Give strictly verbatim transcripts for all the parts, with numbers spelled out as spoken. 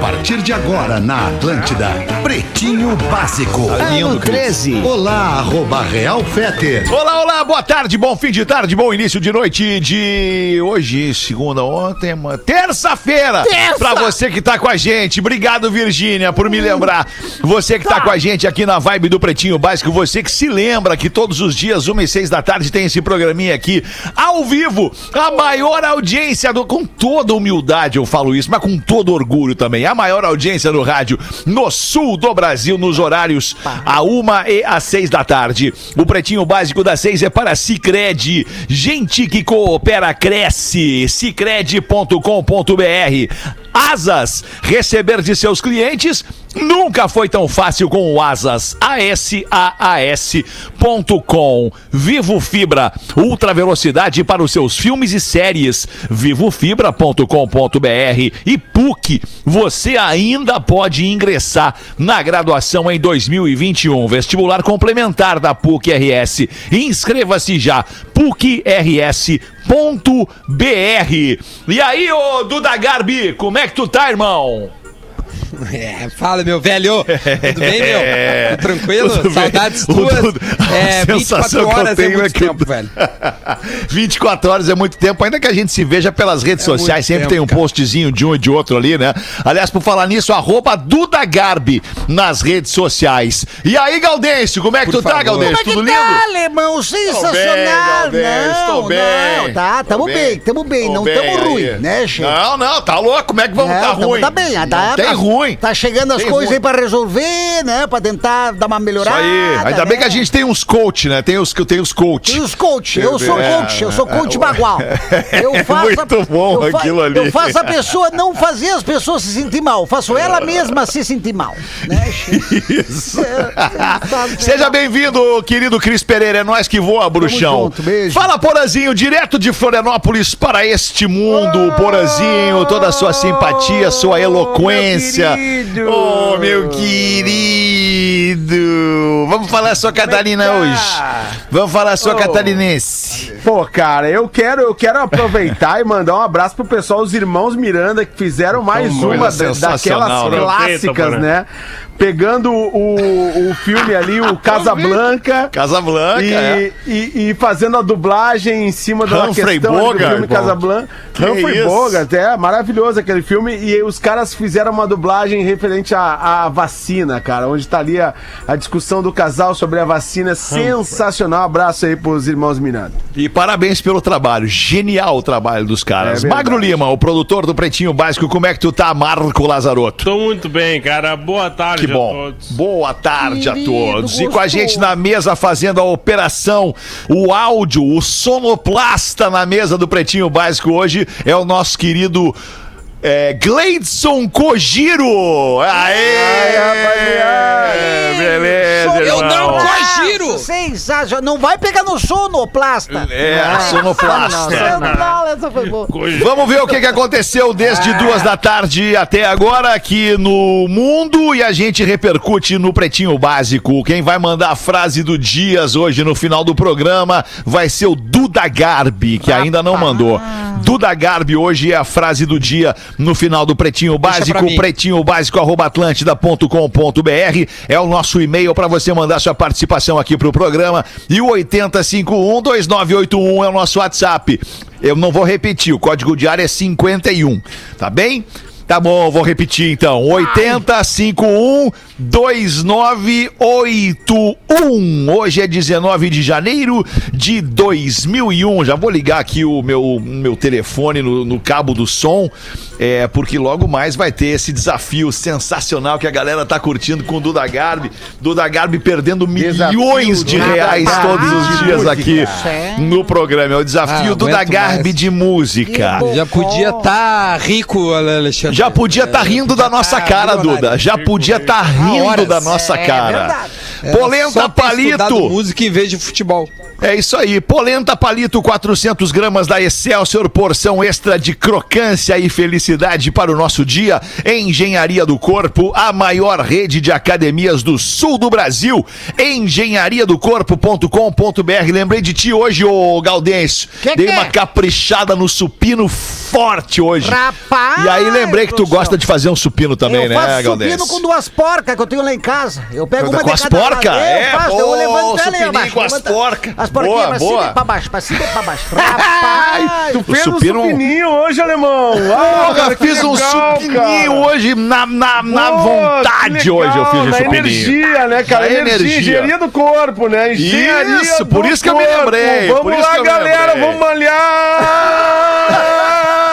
partir de agora na Atlântida, Pretinho Básico. Ano treze. Olá, arroba Real Feter. Olá, olá, boa tarde, bom fim de tarde, bom início de noite de hoje, segunda, ontem, uma terça-feira. Terça. Pra você que tá com a gente, obrigado, Virgínia, por me lembrar. Você que tá com a gente aqui na vibe do Pretinho Básico, você que se lembra que todos os dias, uma e seis da tarde, tem esse programinha aqui, ao vivo, a maior audiência do... Com toda humildade eu falo isso, mas com todo orgulho também. A maior audiência do rádio no sul do Brasil, nos horários a uma e às seis da tarde. O Pretinho Básico das seis é para Sicredi. Gente que coopera, cresce. Sicredi ponto com ponto br. Asas, receber de seus clientes nunca foi tão fácil com o Asas. A S A A S ponto com. Vivo Fibra, ultra velocidade para os seus filmes e séries. vivo fibra ponto com ponto br. E P U C, você ainda pode ingressar na graduação em dois mil e vinte e um. Vestibular complementar da P U C R S. Inscreva-se já. P U C R S ponto br. E aí, ô Duda Garbi, como é que tu tá, irmão? É, fala, meu velho. Tudo bem, meu? É, tudo tranquilo? tudo Saudades bem. tuas. Duda, É, vinte e quatro horas é muito que... tempo, velho. vinte e quatro horas é muito tempo, ainda que a gente se veja pelas redes É sociais, sempre tempo, tem um cara. postzinho de um e de outro ali, né? Aliás, por falar nisso, arroba Duda Garbi nas redes sociais. E aí, Gaudêncio, como é que Por tu tá, favor. Gaudêncio? Como é que Tudo tá, lindo? alemão? Sensacional. Gaudêncio, tô Não, bem. não, tá, tamo Tô bem, bem. tamo bem, Tô não bem tamo aí. ruim, né, chefe? Não, não, tá louco, como é que vamos É, tá tamo- ruim? Tá bem, Não tá, tem tá, ruim. Tá chegando as Tem coisas ruim. aí pra resolver, né? Pra tentar dar uma Isso melhorada. aí. Ainda bem né? que a gente tem uns coach, né? Tem os que eu tenho os coach. E os coach, eu sou É, coach, eu sou coach é, bagual. Eu faço muito a, bom eu fa- aquilo ali. Eu faço a pessoa não fazer as pessoas se sentir mal, faço ela mesma se sentir mal. Né? Isso. É, Seja bem-vindo, querido Cris Pereira. É nós que voa, bruxão. junto, beijo. Fala, Porazinho, direto de Florianópolis para este mundo. Porazinho, toda a sua simpatia, sua eloquência. querido. Oh, meu querido. Vamos falar sua Catarina hoje. Vamos falar sua catarinense. Pô, cara, eu quero, eu quero aproveitar e mandar um abraço pro pessoal, os irmãos Miranda, que fizeram mais Coisa uma da- sensacional, daquelas né? clássicas, né? Pegando o, o filme ali, o Casablanca. Casablanca, E, é. e, e fazendo a dublagem em cima da Humphrey questão ali do Bogart, filme pô. Casablanca. Que Humphrey isso? Bogart, é maravilhoso aquele filme. E os caras fizeram uma dublagem referente à, à vacina, cara, onde tá ali a, a discussão do casal sobre a vacina. Sensacional. Abraço aí pros irmãos Miranda. E parabéns pelo trabalho. Genial o trabalho dos caras. É verdade. Magro Lima, o produtor do Pretinho Básico. Como é que tu tá, Marco Lazarotto? Tô muito bem, cara. Boa tarde Que a bom. todos. Boa tarde Querido, a todos. E com a gostoso. gente na mesa fazendo a operação, o áudio, o sonoplasta na mesa do Pretinho Básico hoje é o nosso querido é, Gleidson Kojiro. Aê! rapaziada. Beleza, Eu irmão. não cogiro. Sensacional. Não vai pegar no sonoplasta. É, sonoplasta. Não, essa foi boa. Vamos ver o que, que aconteceu desde duas da tarde até agora aqui no mundo e a gente repercute no Pretinho Básico. Quem vai mandar a frase do Dias hoje no final do programa vai ser o Duda Garbi, que ainda não mandou. Duda Garbi hoje é a frase do dia no final do Pretinho pra Básico, mim. pretinho básico arroba atlântida ponto com ponto br é o nosso e-mail para você mandar sua participação aqui pro programa e o oito zero cinco um dois nove oito um é o nosso WhatsApp. Eu não vou repetir, o código de área é cinquenta e um, tá bem? Tá bom, vou repetir então. oito zero cinco um dois nove oito um. Hoje é dezenove de janeiro de dois mil e um. Já vou ligar aqui o meu, meu telefone no, no cabo do som, é, porque logo mais vai ter esse desafio sensacional que a galera tá curtindo com o Duda Garbi. Duda Garbi perdendo milhões de Duda reais Garbi todos os de dias música. aqui no programa. É o desafio Ah, Duda aguento Garbi mais. de música. Que bom. Já podia estar rico, Alexandre. Já podia estar rindo da nossa cara, Duda. Já podia estar rindo horas. da nossa É cara. verdade. Era Polenta só ter estudado Palito. música em vez de futebol. É isso aí. Polenta palito quatrocentos gramas da Excelsior, porção extra de crocância e felicidade para o nosso dia. Engenharia do Corpo, a maior rede de academias do sul do Brasil. engenharia do corpo ponto com ponto b r. Lembrei de ti hoje, ô Gaudêncio. Que Dei que uma é? caprichada no supino forte hoje. Rapaz! E aí lembrei que tu produção. gosta de fazer um supino também, eu né, faço Gaudêncio? supino com duas porcas que eu tenho lá em casa. Eu pego uma Com de as cada lado. porcas? Eu É, faço, eu boa, levanto o ela e supininho abaixo. com as levanta- porcas. As porquinhas Boa, pra boa. cima e pra baixo, pra cima e pra baixo. Rapaz! Tu fez supino- um supininho hoje, alemão. Ah, Porra, cara, que fiz um legal, supininho cara. hoje na, na, na Pô, vontade que legal, hoje eu fiz o na supininho. energia, né, cara? Na Energia, energia. engenharia do corpo, né? Engenharia Isso, do por isso que eu me corpo. lembrei, Vamos por isso lá, que eu me galera, lembrei. vamos malhar!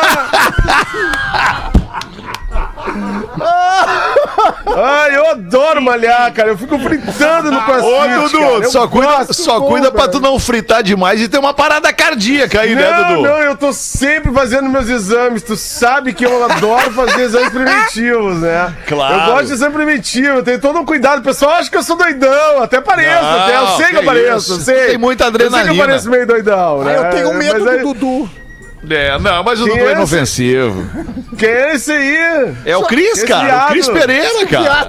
Ai, eu adoro malhar, cara. Eu fico fritando no crossfit. Ô, cara. Dudu, Eu só cuida, gosto, só pô, cuida pra velho. tu não fritar demais e ter uma parada cardíaca aí, né, Não, Dudu? não, eu tô sempre fazendo meus exames. Tu sabe que eu adoro fazer exames preventivos, né? Claro. Eu gosto de exame preventivo, eu tenho todo um cuidado. O pessoal acha que eu sou doidão, até pareço, Não, até. Eu sei que, que eu pareço, isso. eu sei. Tu tem muita Eu sei que adrenalina. eu pareço meio doidão, né? Eu tenho medo Mas aí- do Dudu. É, não, mas o Quem Dudu é é esse? inofensivo. Quem é esse aí? É o Cris, Esse cara. viado. O Cris Pereira, cara.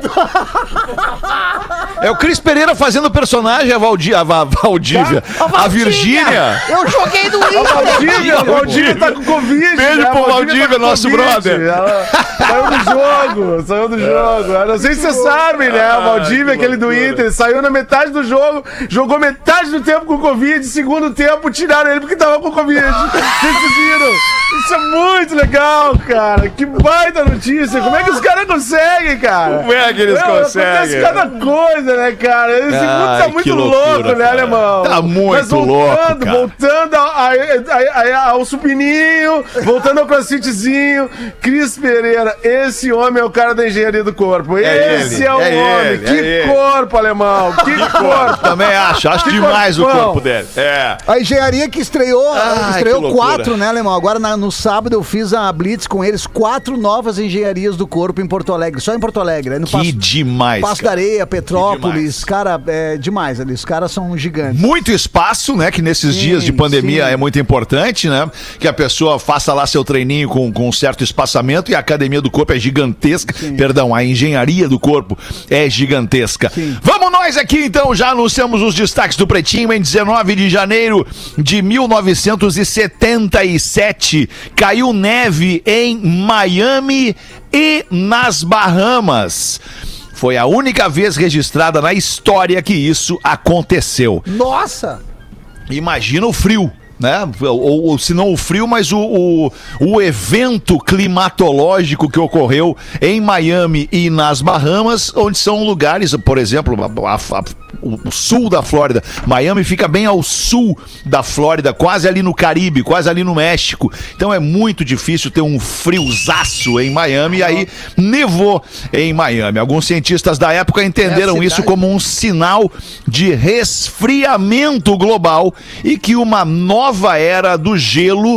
É o Cris Pereira fazendo o personagem, a, Valdi, a Va- Valdívia. A Virgínia. Eu joguei no A Inter. Valdívia, a Valdívia tá com Covid. Beijo né? A pro tá Valdívia, com nosso Covid. brother. Ela saiu do jogo, saiu do jogo. Eu não sei se vocês sabem, né? A Valdívia, aquele do Inter, saiu na metade do jogo, jogou metade do tempo com Covid, segundo tempo tiraram ele porque tava com Covid. Vocês viram? Isso é muito legal, cara. Que baita notícia. Como é que os caras conseguem, cara? Como é que eles Não, conseguem? Acontece cada coisa, né, cara? Esse Ai, mundo tá que muito loucura, louco, né, cara. alemão? Tá muito Mas voltando, louco, cara. voltando ao, a- a- a- ao supininho, voltando ao crossfitzinho, Cris Pereira, esse homem é o cara da engenharia do corpo. É esse ele, é o é homem. ele, que é ele. corpo, alemão. Que corpo. Também acho, acho Que demais o corpão. corpo dele. É. A engenharia que estreou, Ai, estreou que loucura. quatro, né, Alemão? Agora na- no sábado eu fiz a Blitz com eles, quatro novas engenharias do corpo em Porto Alegre, só em Porto Alegre. Aí no Que Passo, demais, Passo cara. da Areia, Petrópolis, demais. cara, é demais ali. Os caras são gigantes. Muito espaço, né? Que nesses Sim, dias de pandemia sim. é muito importante, né? Que a pessoa faça lá seu treininho com, com um certo espaçamento e a academia do corpo é gigantesca. Perdão, a engenharia do corpo é gigantesca. Sim. Vamos nós aqui então, já anunciamos os destaques do Pretinho. Em dezenove de janeiro de mil novecentos e setenta e sete, caiu neve em Miami e nas Bahamas. Foi a única vez registrada na história que isso aconteceu. Nossa! Imagina o frio, né? Ou, ou se não o frio, mas o, o, o evento climatológico que ocorreu em Miami e nas Bahamas, onde são lugares, por exemplo, a, a, o, o sul da Flórida. Miami fica bem ao sul da Flórida, quase ali no Caribe, quase ali no México. Então é muito difícil ter um friozaço em Miami, e aí nevou em Miami. Alguns cientistas da época entenderam cidade. isso como um sinal de resfriamento global e que uma nova era do gelo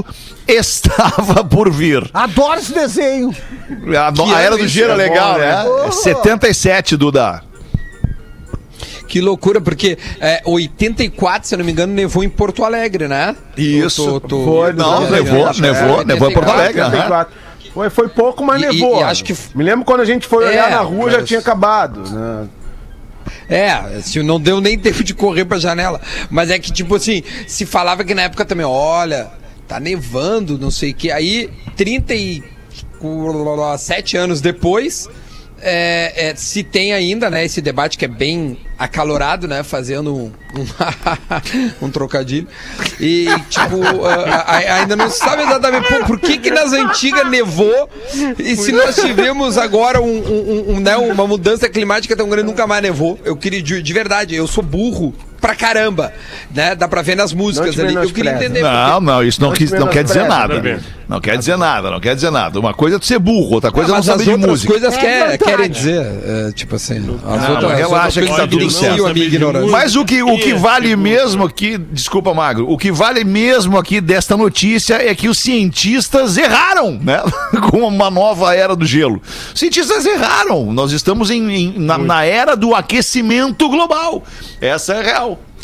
estava por vir. Adoro esse desenho. A, no- Que a era ano do isso gelo é é legal, bom, né? né? É setenta e sete, Duda. Que loucura, porque é, oitenta e quatro, se eu não me engano, nevou em Porto Alegre, né? Isso. Tô- tô- Foi, tô- Não, tô- nevou, acho que nevou, é, nevou em Porto Alegre. oitenta e quatro. aham. oitenta e quatro. Foi, foi pouco, mas E- nevou. e acho que- Me lembro quando a gente foi É, olhar na rua, já mas- tinha acabado, né? É, se não deu nem tempo de correr pra janela. Mas é que, tipo assim, se falava que na época também, olha, tá nevando, não sei o que. Aí, trinta e sete anos depois, é, é, se tem ainda, né, esse debate que é bem acalorado, né, fazendo um, um, um trocadilho. E, tipo, a- a- ainda não se sabe exatamente pô, por que que nas antigas nevou e se nós tivemos agora um, um- um, né, uma mudança climática tão grande, nunca mais nevou. Eu queria, de, de verdade, eu sou burro pra caramba, né, dá pra ver nas músicas te ali. Eu queria menospreza. entender. Não, não, isso não, Não quis- te não quer dizer menospreza, nada. bebê. Não quer dizer nada, não quer dizer nada. Uma coisa é tu ser burro, outra coisa é não mas saber as de outras música. coisas É quer- verdade. querem dizer, é, tipo assim, as Não, outras, mas as outras relaxa que coisas tá tudo evidenciam certo. a minha ignorância. Mas o que, o que vale mesmo aqui, desculpa, Magro, o que vale mesmo aqui desta notícia é que os cientistas erraram, né? Com uma nova era do gelo. Os cientistas erraram. Nós estamos em, em- na, na era do aquecimento global. Essa é real.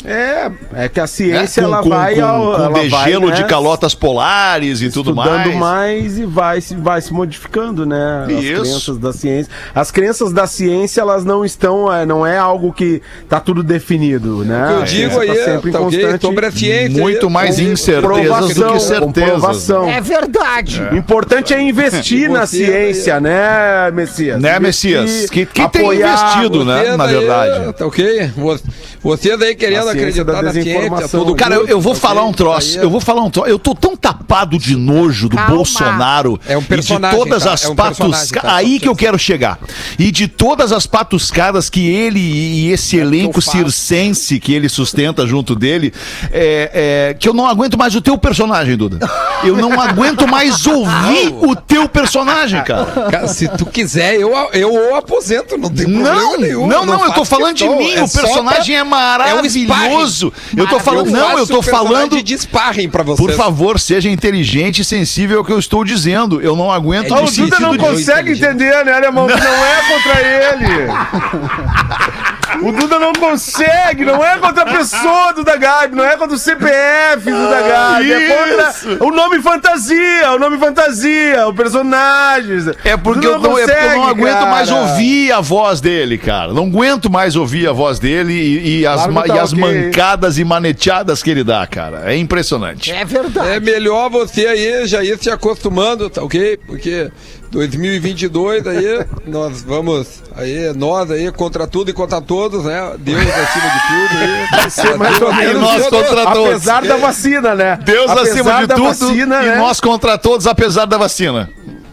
É, é que a ciência, Com, ela com, vai... com, ao- com ela degelo vai, de né, calotas polares e tudo estudando mais. mais e vai se, vai se modificando, né? As Isso. crenças da ciência. As crenças da ciência, elas não estão... é, não é algo que tá tudo definido, né? O que eu A digo ciência aí tá é sempre em tá ok, constante sobre a ciência. Muito aí, mais com- incertezas do que comprovação, certezas. comprovação. É verdade. O importante é investir E na você ciência, né, Messias? Né, Investir, Messias? Que, que tem apoiar investido, né? Vocês Na aí, verdade. Tá ok? Vo- Vocês aí querendo A ciência acreditar da na ciência, desinformação. tudo Cara, eu, eu vou ok? falar um troço. Aí é- Eu vou falar um troço. Eu tô tão tapado de nojo do Calma. Bolsonaro É um e de personagem, todas tá? as É um patuscadas. personagem, tá? Aí Só que eu pra quero chegar. E de todas as patuscadas que ele e esse elenco eu faço. circense que ele sustenta junto dele, é, é, que eu não aguento mais o teu personagem, Duda. Eu não aguento mais ouvir o teu personagem, cara. Cara, se tu quiser, eu, eu o aposento, não tem problema Não, nenhum. não, não, eu tô faço falando de questão, mim. é O só personagem pra- é maravilhoso. Eu tô falando, não, eu faço tô o personagem falando. de sparring pra vocês. Por favor, seja inteligente e sensível ao que eu estou dizendo. Eu não aguento É Ah, no o Duda sentido não de... consegue inteligente. entender, né, alemão? Que não é contra ele. O Duda não consegue, não é contra a pessoa do Gabi, não é contra o C P F do Gabi, é contra o nome fantasia, o nome fantasia, o personagem. É porque, O eu Duda não, é porque eu não consegue, aguento mais cara. ouvir a voz dele, cara. Não aguento mais ouvir a voz dele e, e as, Claro que ma- tá e as ok. mancadas e maneteadas que ele dá, cara. É impressionante. É verdade. É melhor você aí já ir se acostumando, tá ok? Porque dois mil e vinte e dois aí, nós vamos aí, nós aí, contra tudo e contra todos, né? Deus acima de tudo aí. Vai ser mais ou menos nós contra todos. Apesar da vacina, né? Deus Apesar acima de da tudo vacina, e né? nós contra todos, apesar da vacina.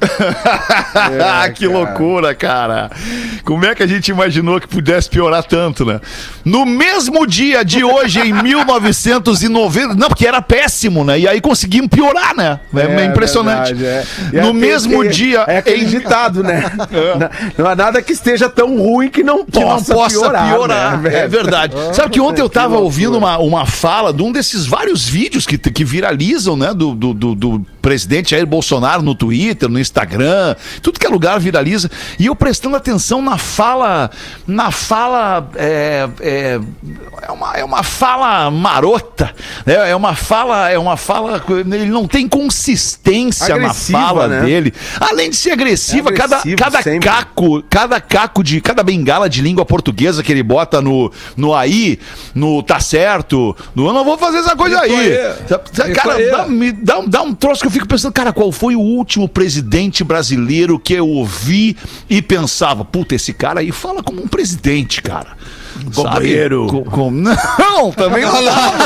É, que cara. loucura, cara. Como é que a gente imaginou que pudesse piorar tanto, né? No mesmo dia de hoje, em mil novecentos e noventa... Não, porque era péssimo, né? E aí conseguimos piorar, né? É, impressionante. verdade, é. E No é- mesmo é- dia... É aquele em- ditado, né? Na- Não há nada que esteja tão ruim que não que possa, não possa piorar. piorar. né, é velho? verdade. Sabe que ontem eu que tava loucura. ouvindo uma, uma fala de um desses vários vídeos que, que viralizam, né? Do, do, do, do presidente Jair Bolsonaro no Twitter, no Instagram, tudo que é lugar viraliza. E eu prestando atenção na fala, na fala, é, é, é, uma, é uma fala marota, né? É uma fala, é uma fala, ele não tem consistência Agressiva, na fala né? dele. Além de ser agressiva, É cada, agressivo cada sempre. caco, cada caco de, cada bengala de língua portuguesa que ele bota no, no aí, no tá certo, no eu não vou fazer essa coisa Isso aí. aí. Sabe, Isso Cara, aí. dá, me dá, um- dá um troço que eu fico pensando, cara, qual foi o último presidente brasileiro que eu ouvi e pensava, puta, esse cara aí fala como um presidente, cara. Companheiro. Sabe? Co- com- Não, também não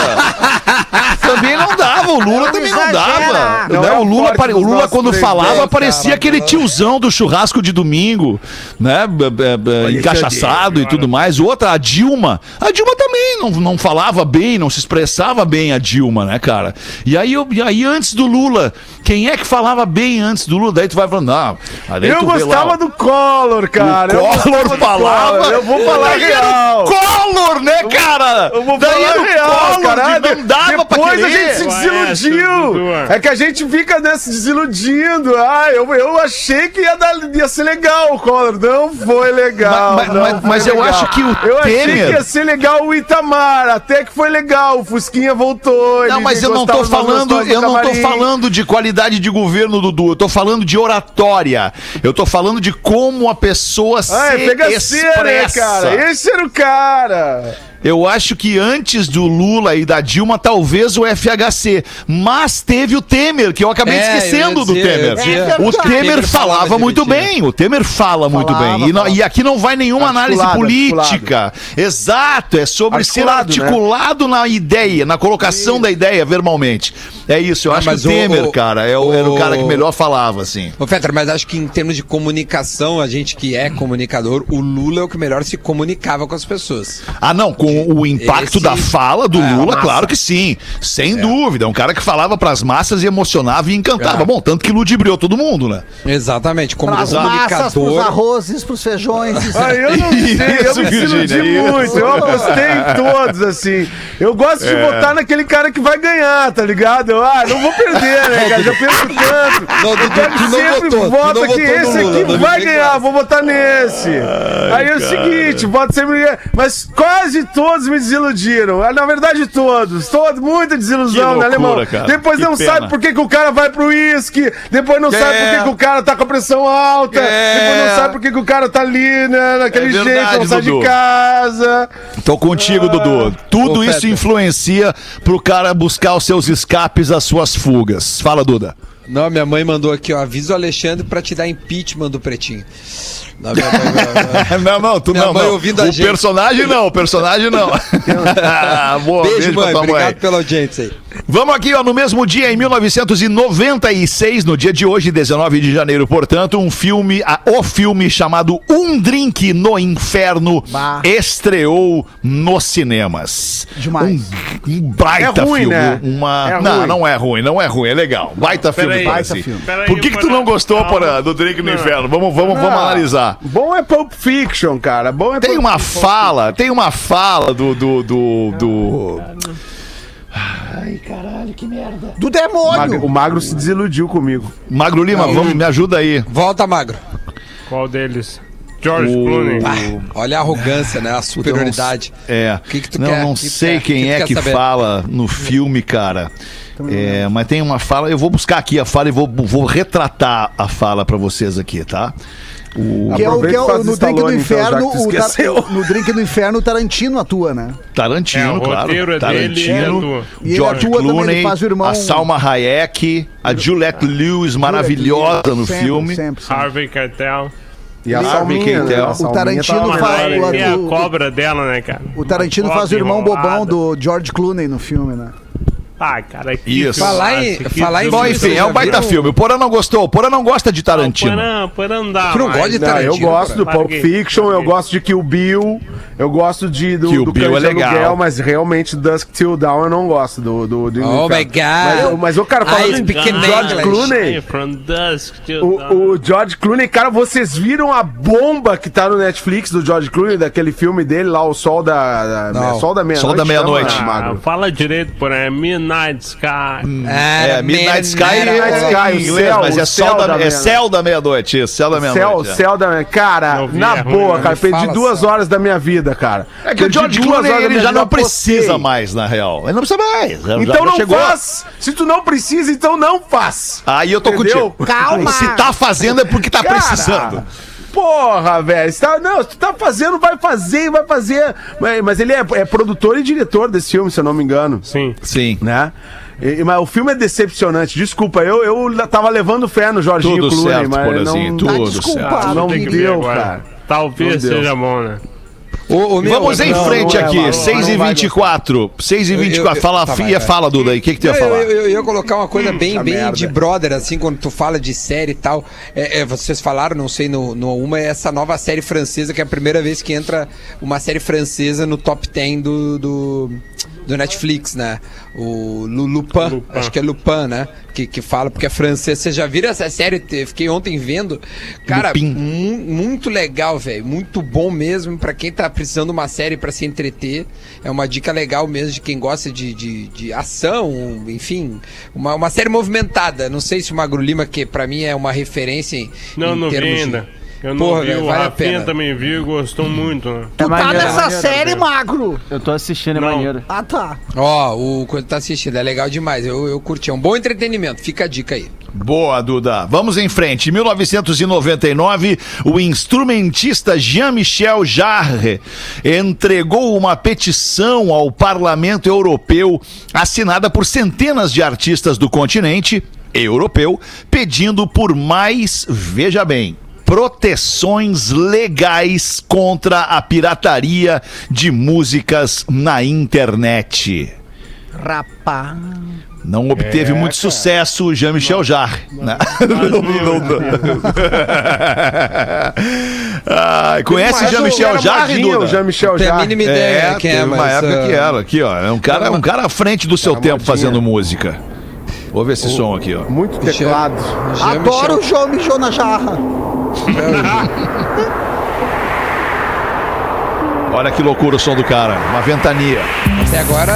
dava. Também não dava, o Lula também não dava. Não Né, é o o Lula, forte pare- o dos Lula nossos quando falava, presidentes, parecia cara, aquele não. tiozão do churrasco de domingo, né? b- b- b- Encaixaçado e tudo mais. Outra, a Dilma. A Dilma também não, não falava bem, não se expressava bem, a Dilma, né, cara? E aí, eu, e aí, antes do Lula, quem é que falava bem antes do Lula? Daí tu vai falando, não. aí daí Eu tu vê lá, gostava ó, do Collor, cara. o Eu Collor gostava do falava. Collor. Eu vou falar Daí era real. o Collor, né, cara? Eu vou Daí falar era o real, Collor, cara. de- não dava pra Depois a querer. gente se Qual é essa, desiludiu. Dudu? É que a gente fica né, se desiludindo. Ah, eu, eu achei que ia, dar, ia ser legal o Collor. Não foi legal. Mas- mas- não mas- foi mas eu legal. acho que o Eu achei Temer- que ia ser legal o Itamar. Até que foi legal. O Fusquinha voltou. Não, ele mas eu não tô gostava dos falando, gostosos do eu não tô camarim. falando de qualidade de governo, Dudu. Eu tô falando de oratória. Eu tô falando de como a pessoa Ah, é se pegaceira, expressa. né, cara? Esse era o cara. Eu acho que antes do Lula e da Dilma, talvez o F H C. Mas teve o Temer, que eu acabei É, esquecendo eu do ia dizer, Temer. eu ia dizer. O É Temer Temer falava falava muito direitinho. bem. O Temer fala muito Falava, bem. E, não- falava. e aqui não vai nenhuma análise Articulado, política. Exato. É sobre ser Articulado, né? articulado na ideia, na colocação da ideia verbalmente. É isso. Eu Ah, acho que mas o o- Temer, o- cara, é o, era o o- cara que melhor falava, assim. Ô, Fetter, mas acho que em termos de comunicação, a gente que é comunicador, o Lula é o que melhor se comunicava com as pessoas. Ah, não, com o impacto Esse- da fala do É, a Lula, massa. claro que sim. Sem dúvida. É um cara que falava pras massas e emocionava e encantava. É. Bom, tanto que ludibriou todo mundo, né? Exatamente, como Pras massas, pros comunicador. arrozes, pros feijões. Ah, eu não sei, eu Isso, me Virgínia, desiludi isso. muito. Eu apostei em todos, assim. Eu gosto de votar naquele cara que vai ganhar, tá ligado? Eu, ah, não vou perder, né, cara? Já penso tanto. Não, Eu tu- quero tu que não sempre votou, tu vota não que votou no esse Lula, aqui não vai me ganhar, claro. vou votar nesse. Aí é o seguinte, vota sempre. Mas quase todos me desiludiram. Na verdade, todos. Todos, muita desilusão, Que né, loucura, alemão? cara. Depois Que não pena. sabe por que, que o cara vai pro uísque. Depois não É. sabe por que, que o cara tá com a pressão alta. É. Depois não sabe por que, que o cara tá ali, né, naquele É jeito, verdade, não sai Dudu. de casa. Tô contigo, Dudu. Tudo Ô, isso Pepe. influencia pro cara buscar os seus escapes, as suas fugas. Fala, Duda. Não, minha mãe mandou aqui, ó. Avisa o Alexandre pra te dar impeachment do Pretinho. Não, minha mãe, minha- Não, não, tu Minha não, mãe não. ouvindo a O gente. personagem não, o personagem não. Boa, Beijo, pra mãe. tua Obrigado pela audiência aí. Vamos aqui, ó, no mesmo dia, em mil novecentos e noventa e seis, no dia de hoje, dezenove de janeiro, portanto, um filme, a- o filme chamado Um Drink no Inferno Bah. estreou nos cinemas. Demais. Um, um baita É ruim, filme. né? Uma... É não, ruim. não é ruim, não é ruim, é legal. Baita filme, Peraí. parece. Baita filme. Peraí, Por que, que tu Porã. não gostou, Calma. Porã, do Drink no Não. Inferno? Vamos, vamos, vamos Ah, analisar. Bom é Pulp Fiction, cara. Bom é Tem Pulp uma Fiction. fala, tem uma fala do. do, do, do... Do O demônio. Magro, o Magro se desiludiu comigo. Magro Lima, Não, vamos, eu- me ajuda aí. Volta, Magro. Qual deles? George O- Clooney. Ah, olha a arrogância, né? A superioridade. É. O que que tu não, quer? não O que que tu sei quer? quem O que é tu que quer saber? fala no filme, cara. É, mas tem uma fala, eu vou buscar aqui a fala e vou, vou retratar a fala pra vocês aqui, tá? O Que é o que é o, Aproveita e faz no Drink do Stallone, então, já Inferno, que tu o esqueceu. Tar- no Drink do Inferno o Tarantino atua, né? Tarantino, É, o claro. roteiro é dele e ele Tarantino, atua. E ele George atua também, Clooney, ele faz o irmão- a Salma Hayek, a Juliette Lewis, maravilhosa no Sempre, filme. Sempre, sempre. Harvey Keitel. E a Harvey Salminha, né? Keitel. A O Salminha Tarantino tava faz- lá, né? o- Ele é a o- cobra dela, né, cara? O Tarantino Uma faz o irmão cobra bobão enrolada. do George Clooney no filme, né? Ah, cara, que Isso. Falar em- filmaço, que falar em Bom, filme. enfim, é um já baita viram- filme. O Porã não gostou. O Porã não gosta de Tarantino. Porã, Porã não dá. Tu não mais. gosta de Não, eu Tarantino, gosto do cara. Pulp Larguei, Fiction, eu larguei. gosto de Kill Bill, eu gosto de, do, Kill do Bill Cães é de legal. Aluguel, mas realmente Dusk Till Dawn eu não gosto do... do, do Oh my Mas, God. mas o cara I falando speak de in George English. Clooney... From dusk till dawn. O, o George Clooney, cara, vocês viram a bomba que tá no Netflix do George Clooney, daquele filme dele lá, O Sol da, da, Não. Sol da Meia-Noite? Sol da Meia-Noite. chama, Ah, Magro? fala direito, Porã. É Midnight Sky. É, Midnight Sky é Midnight Sky, em o inglês, céu, mas o é, céu sol da, da é meia-noite. céu da meia-noite, isso, céu da Céu, meia-noite. é. céu da... Cara, Não vi, na é ruim, boa, né? cara, Me perdi fala duas sério. horas da minha vida, cara. É que o Perdi George duas Clooney, horas da ele minha já vida, não precisa apostei. mais, na real. Ele não precisa mais. já- Então já não chegou. faz! Se tu não precisa, então não faz! Aí eu tô Entendeu? contigo. Calma. Se tá fazendo é porque tá Cara, precisando. Porra, velho. se tá- Não, se tu tá fazendo, vai fazer, vai fazer. Mas, mas ele é, é produtor e diretor desse filme, se eu não me engano. Sim. Sim. Né? E- mas o filme é decepcionante. Desculpa, eu, eu tava levando fé no Jorginho Tudo Clooney, certo, mas Porazinho, não, tudo Tá desculpado. certo. não Tem que ver deu, agora. cara. Talvez Não deu. seja bom, né? Ô, ô, meu, Vamos em não, frente não é, aqui, Mauro, seis e não vai vinte e quatro. seis e vinte e quatro. Eu- eu- Fala, tá, vai, filha, vai. fala, Duda aí. O que, que tu ia Não, falar? Eu, eu, eu ia colocar uma coisa bem, essa bem merda. de brother, assim, quando tu fala de série e tal. É, é, vocês falaram, não sei, no, no uma, é essa nova série francesa, que é a primeira vez que entra uma série francesa no top dez do, do, do Netflix, né? O Lu- Lupin, Lupin. acho que é Lupin, né? Que, que fala, porque é francês. Vocês já viram essa série? Eu fiquei ontem vendo. Cara, Lupin. mu- muito legal, velho. Muito bom mesmo pra quem tá precisando de uma série pra se entreter. É uma dica legal mesmo de quem gosta de, de, de ação, enfim. Uma, uma série movimentada. Não sei se o Magro Lima, que pra mim é uma referência em, Não, em não vi termos de- ainda. Eu não Porra, vi, velho, o vale a Rafinha pena. também viu e gostou muito, né? Tu tá maneiro, nessa maneiro, série, magro. Eu tô assistindo, é Não. maneiro. Ah, tá. Ó, o quando tá assistindo, é legal demais. Eu, eu curti. É um bom entretenimento. Fica a dica aí. Boa, Duda. Vamos em frente. Em mil novecentos e noventa e nove, o instrumentista Jean-Michel Jarre entregou uma petição ao Parlamento Europeu, assinada por centenas de artistas do continente europeu, pedindo por mais, veja bem, proteções legais contra a pirataria de músicas na internet. Rapaz. Não obteve muito sucesso o Jean-Michel Jarre. Né? Não, não, não. Ai, conhece Mas Jean-Michel era Jarre, magrinho, Duda? o Jean-Michel Não tem a Jarre. mínima ideia É, quem teve é, uma mas, época ah, que era. Aqui, ó. É um cara, um cara à frente do seu tempo fazendo música. Ouve esse som aqui, ó. Muito teclado. Jean Adoro Michel- o João mijou na jarra. Olha que loucura o som do cara. Uma ventania. Até agora,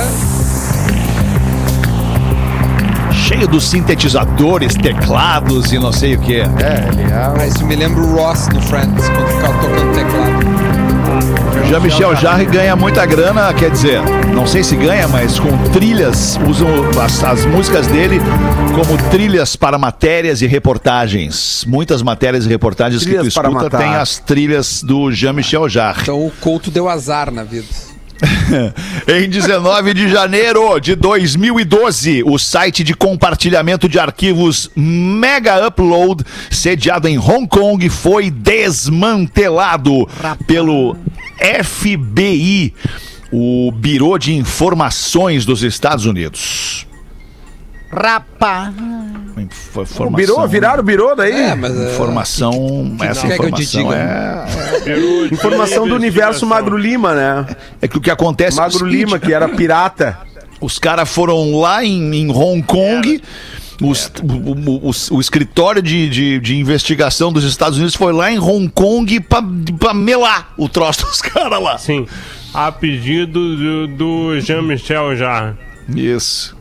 Cheio dos sintetizadores, teclados e não sei o que. É, ele é. ah, isso me lembra o Ross no Friends, quando ficava tocando teclado. Jean-Michel Jarre ganha muita grana, quer dizer, não sei se ganha, mas com trilhas, usam as, as músicas dele como trilhas para matérias e reportagens. Muitas matérias e reportagens Trilhas que tu para escuta matar. tem as trilhas do Jean-Michel Jarre. Então o Couto deu azar na vida. Em dezenove de janeiro de dois mil e doze, o site de compartilhamento de arquivos Mega Upload, sediado em Hong Kong, foi desmantelado pelo F B I, o Bureau de Informações dos Estados Unidos. Rapaz. Foi O informação, birô, viraram o birô daí? É, mas... é, Informação, que essa quer que eu te informação diga? é, Informação do universo Magro Lima, né? é que o que acontece é o Magro seguinte, Lima, que era pirata. os caras foram lá em, em Hong Kong, os- o, o- o- o escritório de, de, de investigação dos Estados Unidos foi lá em Hong Kong pra, pra melar o troço dos caras lá. Sim. A pedido do, do Jean-Michel Jarre. Isso.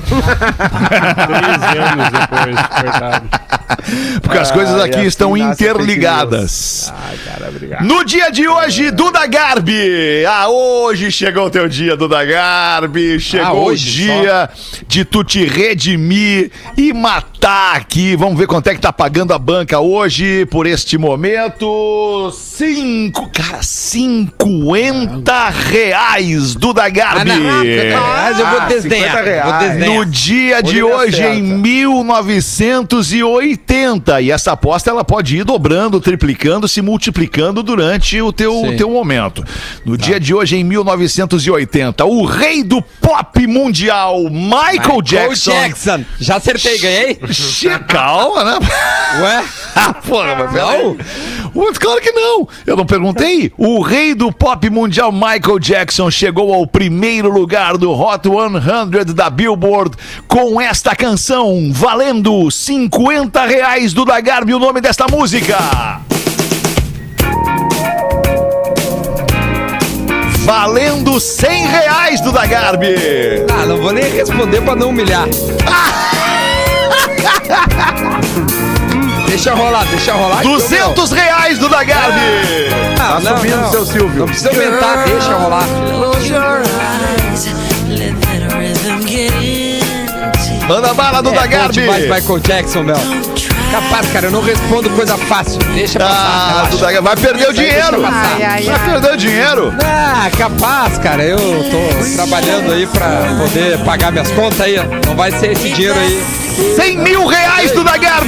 treze anos depois, coitado. Porque as Ah, coisas e aqui assim estão nasce a fake interligadas. Ai, cara, obrigado. No dia de hoje, Duda Garbi. Ah, hoje chegou o teu dia, Duda Garbi. Chegou Ah, hoje o dia de tu te redimir e matar aqui. Vamos ver quanto é que tá pagando a banca hoje por este momento. Cinco, cara, cinquenta reais, Duda Garbi. Ah, não. Mas eu vou Ah, desdenhar. cinquenta reais. Vou desdenhar. No dia de Hoje ele hoje, acerta. em mil novecentos e oitenta. E essa aposta ela pode ir dobrando, triplicando, se multiplicando durante o teu, Sim. teu momento. No dia de hoje, em mil novecentos e oitenta, o rei do pop mundial, Michael Jackson. Jackson. Já acertei, ganhei? Che- Calma, né? Ué? Ah, porra, mas Não? peraí. Ué, claro que não. Eu não perguntei. O rei do pop mundial, Michael Jackson, chegou ao primeiro lugar do Hot cem da Billboard com esta canção, valendo cinquenta reais do Dagarbi, o nome desta música. Valendo cem reais do Dagarbi. Ah, não vou nem responder pra não humilhar. Deixa rolar, deixa rolar. que eu duzentos reais do Dagarbi. não. Tá Ah, não, subindo, não. seu Silvio. Não precisa aumentar, deixa rolar. Manda bala do É, bom Dagarbi. demais Michael Jackson, meu. Capaz, cara, eu não respondo coisa fácil. Deixa passar, Ah, relaxa. do Dagarbi. Vai perder o Isso aí dinheiro. deixa passar. Vai perder o dinheiro. Ah, capaz, cara. Eu tô trabalhando aí pra poder pagar minhas contas aí. Não vai ser esse dinheiro aí. cem mil reais do Dagarbi.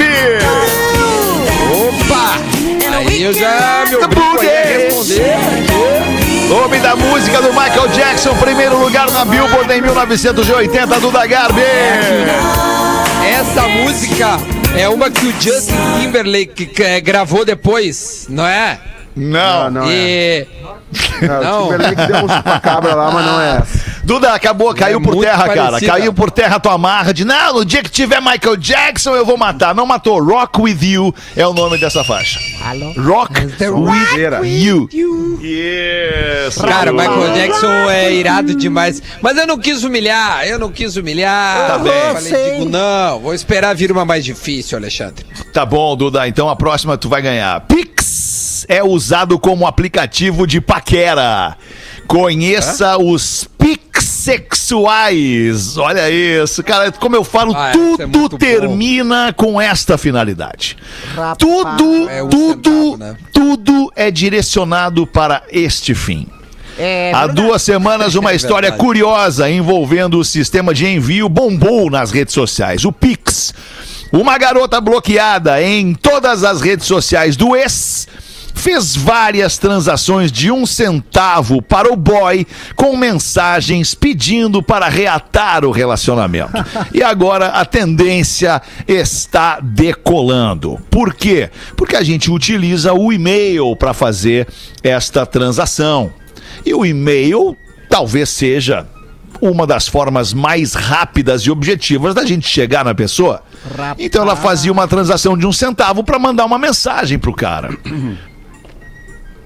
Opa! Aí eu já me obrigo aí a responder. Nome da música do Michael Jackson, primeiro lugar na Billboard em mil novecentos e oitenta do Dagarbi. Essa música é uma que o Justin Timberlake eh, gravou depois, não é? Não. Não é. E... Não, Não. O Timberlake deu um chupacabra lá, mas não é essa. Duda, acabou, caiu É por muito terra, cara. parecida. Caiu por terra a tua marra de, não, no dia que tiver Michael Jackson eu vou matar. Não matou. Rock With You é o nome dessa faixa. Rock Sonzeira. With You. Yes. Cara, Michael Jackson é irado demais. Mas eu não quis humilhar, eu não quis humilhar. Tá bem. Eu falei, digo, não, vou esperar vir uma mais difícil, Alexandre. Tá bom, Duda. Então a próxima tu vai ganhar. Pix é usado como aplicativo de paquera. Conheça os Pix sexuais. Olha isso, cara. Como eu falo, Ah, essa é tudo muito termina com esta finalidade. Rapaz. Tudo, É um tudo, centavo, né? tudo é direcionado para este fim. É Há verdade. duas semanas, uma É história verdade. curiosa envolvendo o sistema de envio bombou nas redes sociais, o Pix. Uma garota bloqueada em todas as redes sociais do ex fez várias transações de um centavo para o boy com mensagens pedindo para reatar o relacionamento. E agora a tendência está decolando. Por quê? Porque a gente utiliza o e-mail para fazer esta transação. E o e-mail talvez seja uma das formas mais rápidas e objetivas da gente chegar na pessoa. Rapaz. Então ela fazia uma transação de um centavo para mandar uma mensagem pro cara.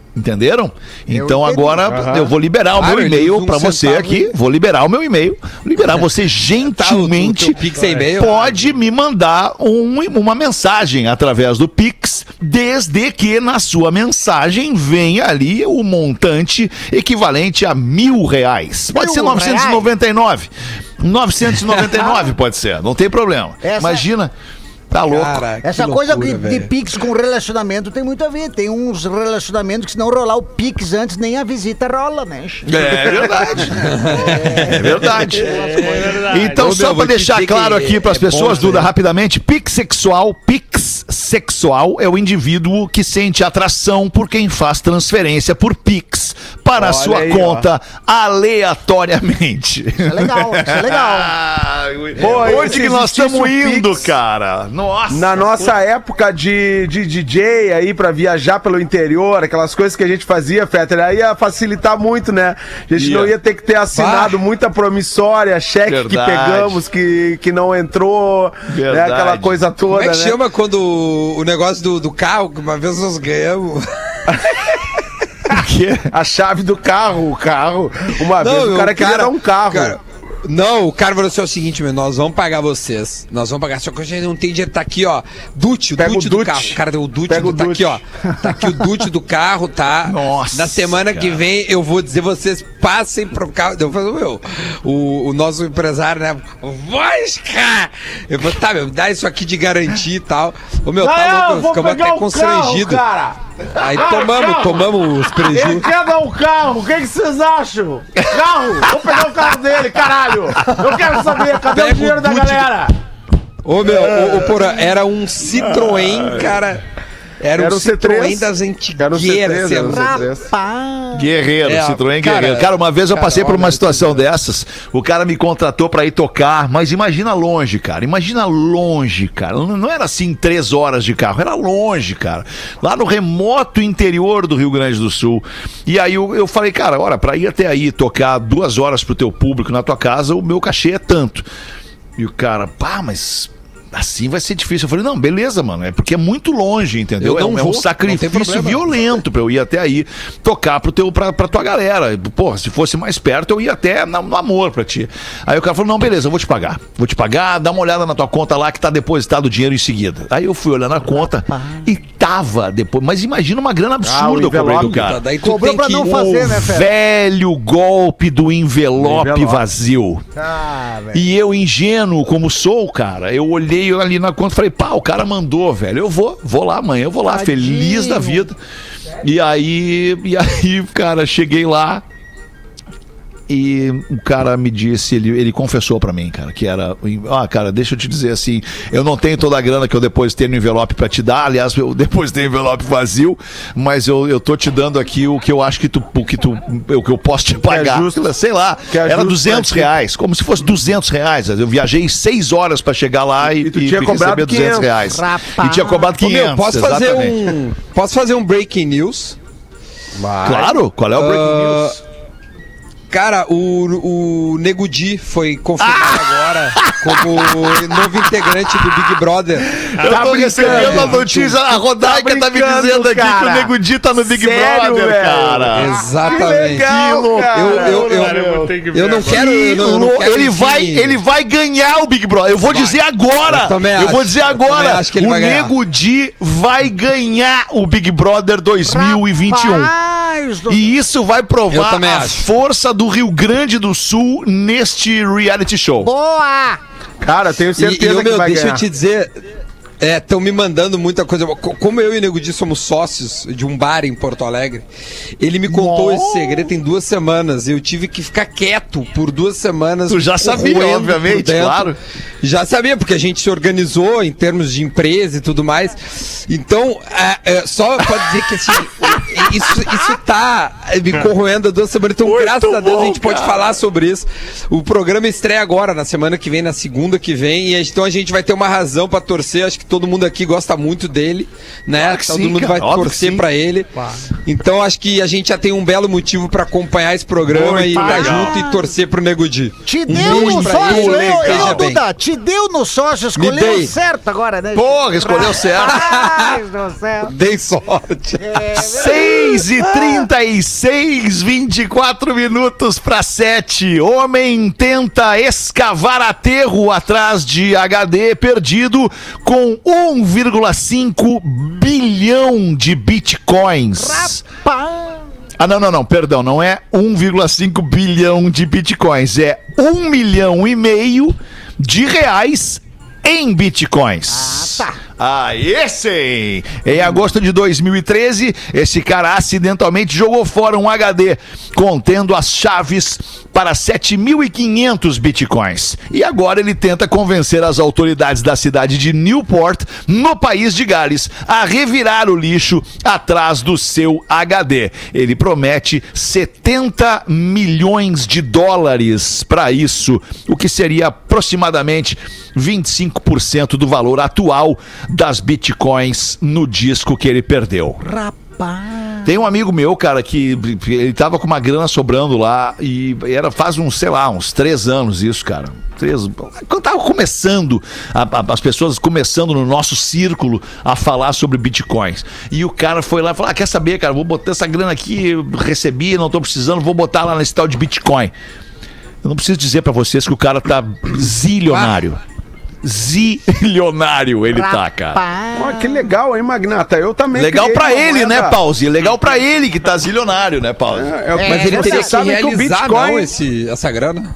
Entenderam? Então entendi. agora eu vou liberar o Claro, meu ele e-mail usa um pra você centavo. aqui. Vou liberar o meu e-mail. Liberar você gentilmente. Tá, o teu Pix é e-mail? Pode me mandar um- uma mensagem através do Pix, desde que na sua mensagem venha ali o montante equivalente a mil reais. Pode Mil ser novecentos e noventa e nove. novecentos e noventa e nove pode ser, não tem problema. Essa- Imagina. Tá louco. Cara, Essa que coisa loucura, de, de velho. Pix com relacionamento tem muito a ver. Tem uns relacionamentos que se não rolar o Pix antes, nem a visita rola, né? É verdade. É verdade. Então, Ô, só meu, pra vou te deixar dizer claro que aqui pras é bom pessoas, isso aí. Duda, rapidamente, Pix sexual, Pix sexual é o indivíduo que sente atração por quem faz transferência por Pix para a Olha sua aí, conta aleatoriamente. Isso é legal, isso é legal. Pô, Onde se que nós existisse estamos o indo, Pix, cara? Nossa. Na nossa época de, de D J aí, pra viajar pelo interior, aquelas coisas que a gente fazia, Fetter, aí ia facilitar muito, né? A gente Ia. não ia ter que ter assinado muita promissória, cheque Verdade. que pegamos, que, que não entrou, né? Verdade. Aquela coisa toda, Como é que né? chama quando o negócio do, do carro, que uma vez nós ganhamos? A chave do carro, o carro. Uma vez o meu, cara queria dar um carro. cara- não, o cara falou assim: é o seguinte, meu, nós vamos pagar vocês. Nós vamos pagar, só que a gente não tem dinheiro. Tá aqui, ó. Dute, o Pega Dute o do Dute. carro. O cara deu o Dute, Pega do, o tá Dute. aqui, ó. Tá aqui o Dute do carro, tá? Nossa, Na semana que cara. vem eu vou dizer, vocês passem pro carro. Eu falei, meu, o, o nosso empresário, né? Vasca! Eu falei, tá, meu, dá isso aqui de garantia e tal. Ô, meu, tá louco, ficamos até constrangidos. Aí tomamos, tomamos os prejuízos. quer dar um carro, o que, que vocês acham? Carro! Vou pegar o carro dele, caralho! Eu quero saber, cadê Pega o dinheiro o da Dute. galera? Ô, meu, ô, ô, Porã, era um Citroën, cara. Era, Era um um C Citroën três. das Era um antigueiras. C três, assim, era um C era- três. Guerreiro, É, Citroën cara, Guerreiro. Cara, uma vez eu cara, passei por olha, uma situação dessas, o cara me contratou pra ir tocar, mas imagina longe, cara. Imagina longe, cara. Não, não era assim três horas de carro, era longe, cara. Lá no remoto interior do Rio Grande do Sul. E aí eu, eu falei, cara, olha, pra ir até aí tocar duas horas pro teu público na tua casa, o meu cachê é tanto. E o cara, pá, mas assim vai ser difícil. Eu falei, não, beleza, mano, é porque é muito longe, entendeu? Eu É não um, é vou, um não sacrifício tem problema. violento pra eu ir até aí tocar pro teu, pra, pra tua galera. Porra, se fosse mais perto, eu ia até na- no amor pra ti. Aí o cara falou, não, beleza, eu vou te pagar. Vou te pagar, dá uma olhada na tua conta lá que tá depositado o dinheiro em seguida. Aí eu fui olhar na conta e tava depois. Mas imagina uma grana absurda eu cobrei do envelope, cara. Tá, daí tu Cobrou tem pra que... não fazer, O né, Fera? velho golpe do envelope, Envelope. vazio. Ah, velho. E eu, ingênuo como sou, cara, eu olhei ali na conta e falei, pá, o cara mandou, velho. Eu vou, vou lá amanhã, eu vou lá, Tadinho. feliz da vida. E aí, e aí, cara, cheguei lá. E o cara me disse, ele, ele confessou pra mim, cara, que era... Ah, cara, deixa eu te dizer assim, eu não tenho toda a grana que eu depositei no envelope pra te dar, aliás, eu depositei no envelope vazio, mas eu, eu tô te dando aqui o que eu acho que tu, o que tu, o que eu posso te pagar. justo. Sei lá, Que é era justo duzentos pra ti. reais, como se fosse duzentos reais. Eu viajei seis horas pra chegar lá e, E tu e tinha cobrado receber duzentos quinhentos. reais. Rapaz. E tinha cobrado Ô, quinhentos, meu, posso fazer exatamente. um... Posso fazer um breaking news? Claro, qual é o breaking Ah, news? Cara, o, o Nego Di foi confirmado agora como novo integrante do Big Brother. Eu Tá tô recebendo brincando. a notícia, a Rodaica tá, me brincando, dizendo aqui que cara. o Nego Di tá no Big Sério, Brother, velho? cara. Exatamente. legal, cara. Eu, eu, eu, Cara, eu vou ter que ver eu não agora. quero. Eu não, eu não Lou- quero ele, que- vai, ele vai ganhar o Big Brother. Eu vou dizer agora. Eu também Eu vou acho. dizer Eu também agora. acho que ele O vai ganhar. Nego Di vai ganhar o Big Brother dois mil e vinte e um. Rapaz do- E isso vai Eu provar também a acho. força do Rio Grande do Sul neste reality show. Boa! Cara, tenho E, certeza e, ô, que meu, vai deixa ganhar. eu te dizer. É, estão me mandando muita coisa. Co- Como eu e o Nego Di somos sócios de um bar em Porto Alegre, ele me contou esse segredo em duas semanas. Eu tive que ficar quieto por duas semanas. Tu já sabia, corroendo obviamente, por dentro. claro. Já sabia, porque a gente se organizou em termos de empresa e tudo mais. Então, é, é, só pode dizer que assim, isso, isso tá me corroendo há duas semanas. Então, Muito graças a Deus, bom, a gente pode cara. falar sobre isso. O programa estreia agora, na semana que vem, na segunda que vem. E então a gente vai ter uma razão pra torcer. Acho que todo mundo aqui gosta muito dele, né? Claro que todo sim, mundo cara, vai óbvio que torcer sim. pra ele. Então acho que a gente já tem um belo motivo pra acompanhar esse programa Muito e estar legal. junto e torcer pro Nego Di. Te Um deu beijo no pra sócio, ele, eu, eu, esteja bem. Duda, te deu no sócio, escolheu dei. certo agora, né? Porra, escolheu certo. Rapaz do céu. Dei sorte. É, Seis seis e trinta e seis, vinte e quatro minutos para sete. Homem tenta escavar aterro atrás de H D perdido com um vírgula cinco bilhão de bitcoins. Ah, não, não, não, perdão, não é um vírgula cinco bilhão de bitcoins, é um milhão e meio de reais em bitcoins. Ah, tá. Ah, esse! Em agosto de dois mil e treze, esse cara acidentalmente jogou fora um H D contendo as chaves para sete mil e quinhentos bitcoins. E agora ele tenta convencer as autoridades da cidade de Newport, no país de Gales, a revirar o lixo atrás do seu H D. Ele promete setenta milhões de dólares para isso, o que seria aproximadamente vinte e cinco por cento do valor atual das bitcoins no disco que ele perdeu. Rapaz. Tem um amigo meu, cara, que ele tava com uma grana sobrando lá e era faz uns, sei lá, uns três anos isso, cara. Três, quando tava começando, a, a, as pessoas começando no nosso círculo a falar sobre bitcoins. E o cara foi lá e falou, ah, quer saber, cara, vou botar essa grana aqui, eu recebi, não tô precisando, vou botar lá nesse tal de bitcoin. Eu não preciso dizer pra vocês que o cara tá zilionário. Zilionário ele tá, cara. Oh, que legal, hein, Magnata? Eu também. Legal pra ele, né, Pause? Legal pra ele que tá zilionário, né, Pause? É, é, mas ele teria que realizar, que não, esse, essa grana.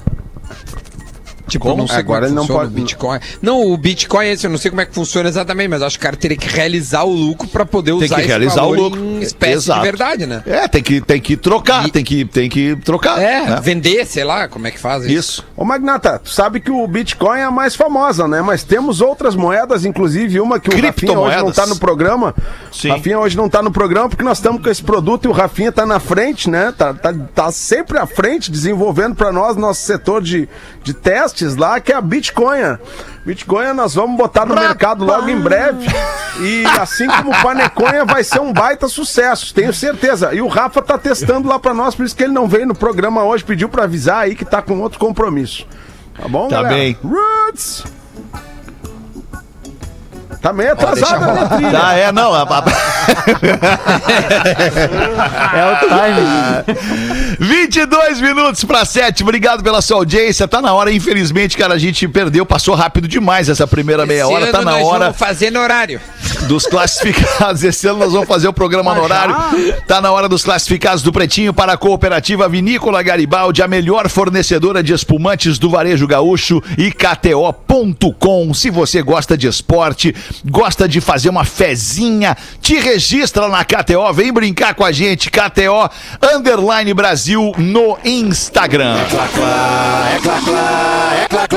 Tipo, eu não sei agora como é que ele não funciona pode... o Bitcoin. Não, o Bitcoin é esse, eu não sei como é que funciona exatamente, mas acho que o cara teria que realizar o lucro pra poder tem usar que esse realizar valor o lucro. em espécie Exato. de verdade, né? É, tem que, tem que trocar, E... tem, que, tem que trocar. É, né? vender, sei lá, como é que faz isso. Isso. Ô, Magnata, tu sabe que o Bitcoin é a mais famosa, né? Mas temos outras moedas, inclusive uma que o Rafinha hoje não tá no programa. Sim. Rafinha hoje não tá no programa porque nós estamos com esse produto e o Rafinha tá na frente, né? Tá, tá, tá sempre à frente, desenvolvendo pra nós nosso setor de, de testes lá, que é a Bitcoin. Bitcoin nós vamos botar no Rapaz. mercado logo em breve. E assim como o Paneconha vai ser um baita sucesso, tenho certeza. E o Rafa tá testando lá pra nós, por isso que ele não veio no programa hoje, pediu pra avisar aí que tá com outro compromisso. Tá bom, Tá galera? bem. Roots! Tá meio atrasado, né, trilha? Tá, é, não. A, a... É o time. vinte e dois minutos para sete. Obrigado pela sua audiência. Tá na hora, infelizmente, cara, a gente perdeu, passou rápido demais essa primeira meia Esse hora. Tá ano na nós hora vamos fazer no horário dos classificados. Esse ano nós vamos fazer o programa no horário. Tá na hora dos classificados do Pretinho para a Cooperativa Vinícola Garibaldi, a melhor fornecedora de espumantes do varejo gaúcho, e K T O ponto com. Se você gosta de esporte, gosta de fazer uma fezinha, te registra na K T O, vem brincar com a gente, K T O Underline Brasil no Instagram. É clá, clá, é clá, clá, é clá,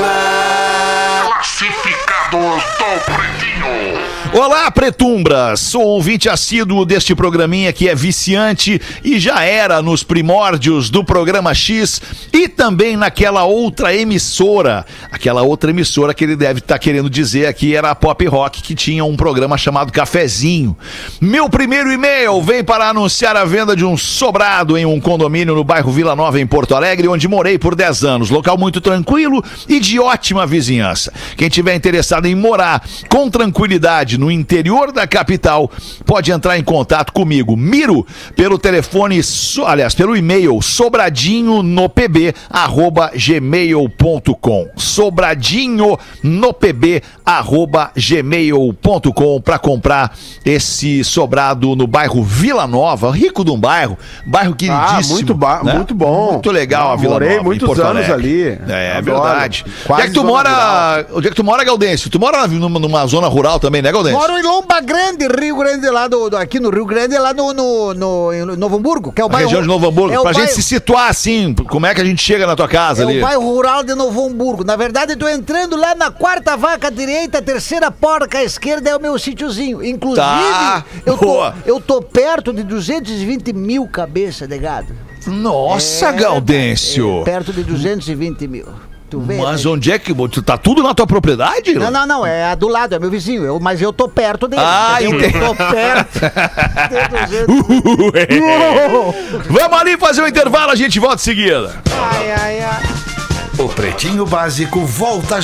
clá. Classificados do Pretinho. Olá, Pretumbras! Sou ouvinte assíduo deste programinha que é viciante e já era nos primórdios do Programa X e também naquela outra emissora. Aquela outra emissora que ele deve estar querendo dizer aqui era a Pop Rock, que tinha um programa chamado Cafezinho. Meu primeiro e-mail vem para anunciar a venda de um sobrado em um condomínio no bairro Vila Nova, em Porto Alegre, onde morei por dez anos. Local muito tranquilo e de ótima vizinhança. Quem tiver interessado em morar com tranquilidade no interior da capital, pode entrar em contato comigo, Miro, pelo telefone, so, aliás, pelo e-mail sobradinho no pb arroba gmail ponto com. Sobradinho no pb arroba gmail ponto com para comprar esse sobrado no bairro Vila Nova, rico de um bairro, bairro queridíssimo. Ah, muito, ba- né? muito bom. Muito legal. Ah, a Vila morei Nova, muitos Porto anos Alegre. ali. É, é Adoro. verdade. Onde Quase é que tu zona mora? rural. Onde é que tu mora, Gaudêncio? Tu mora numa, numa zona rural também, né, Gaudêncio? Moro em Lomba Grande, Rio Grande, lá do, do- aqui no Rio Grande, lá no, no, no, em Novo Hamburgo, que é o A bairro... região de Novo Hamburgo, é o pra gente bairro- se situar assim, como é que a gente chega na tua casa É ali? o bairro rural de Novo Hamburgo. Na verdade, eu tô entrando lá na quarta vaca à direita, terceira porca à esquerda é o meu sítiozinho. Inclusive, Tá. eu, tô, Boa. eu tô perto de duzentos e vinte mil cabeças de gado. Nossa, É, Gaudêncio! é, perto de duzentos e vinte mil. Tu vê? Mas né? onde é que... Tu tá tudo na tua propriedade? Não, não, não, é a do lado, é meu vizinho. Eu, mas eu tô perto dele. Ah, entendeu? entendi. Eu tô perto de duzentos. Vamos ali fazer um intervalo, a gente volta em seguida. Ai, ai, ai. O Pretinho Básico volta.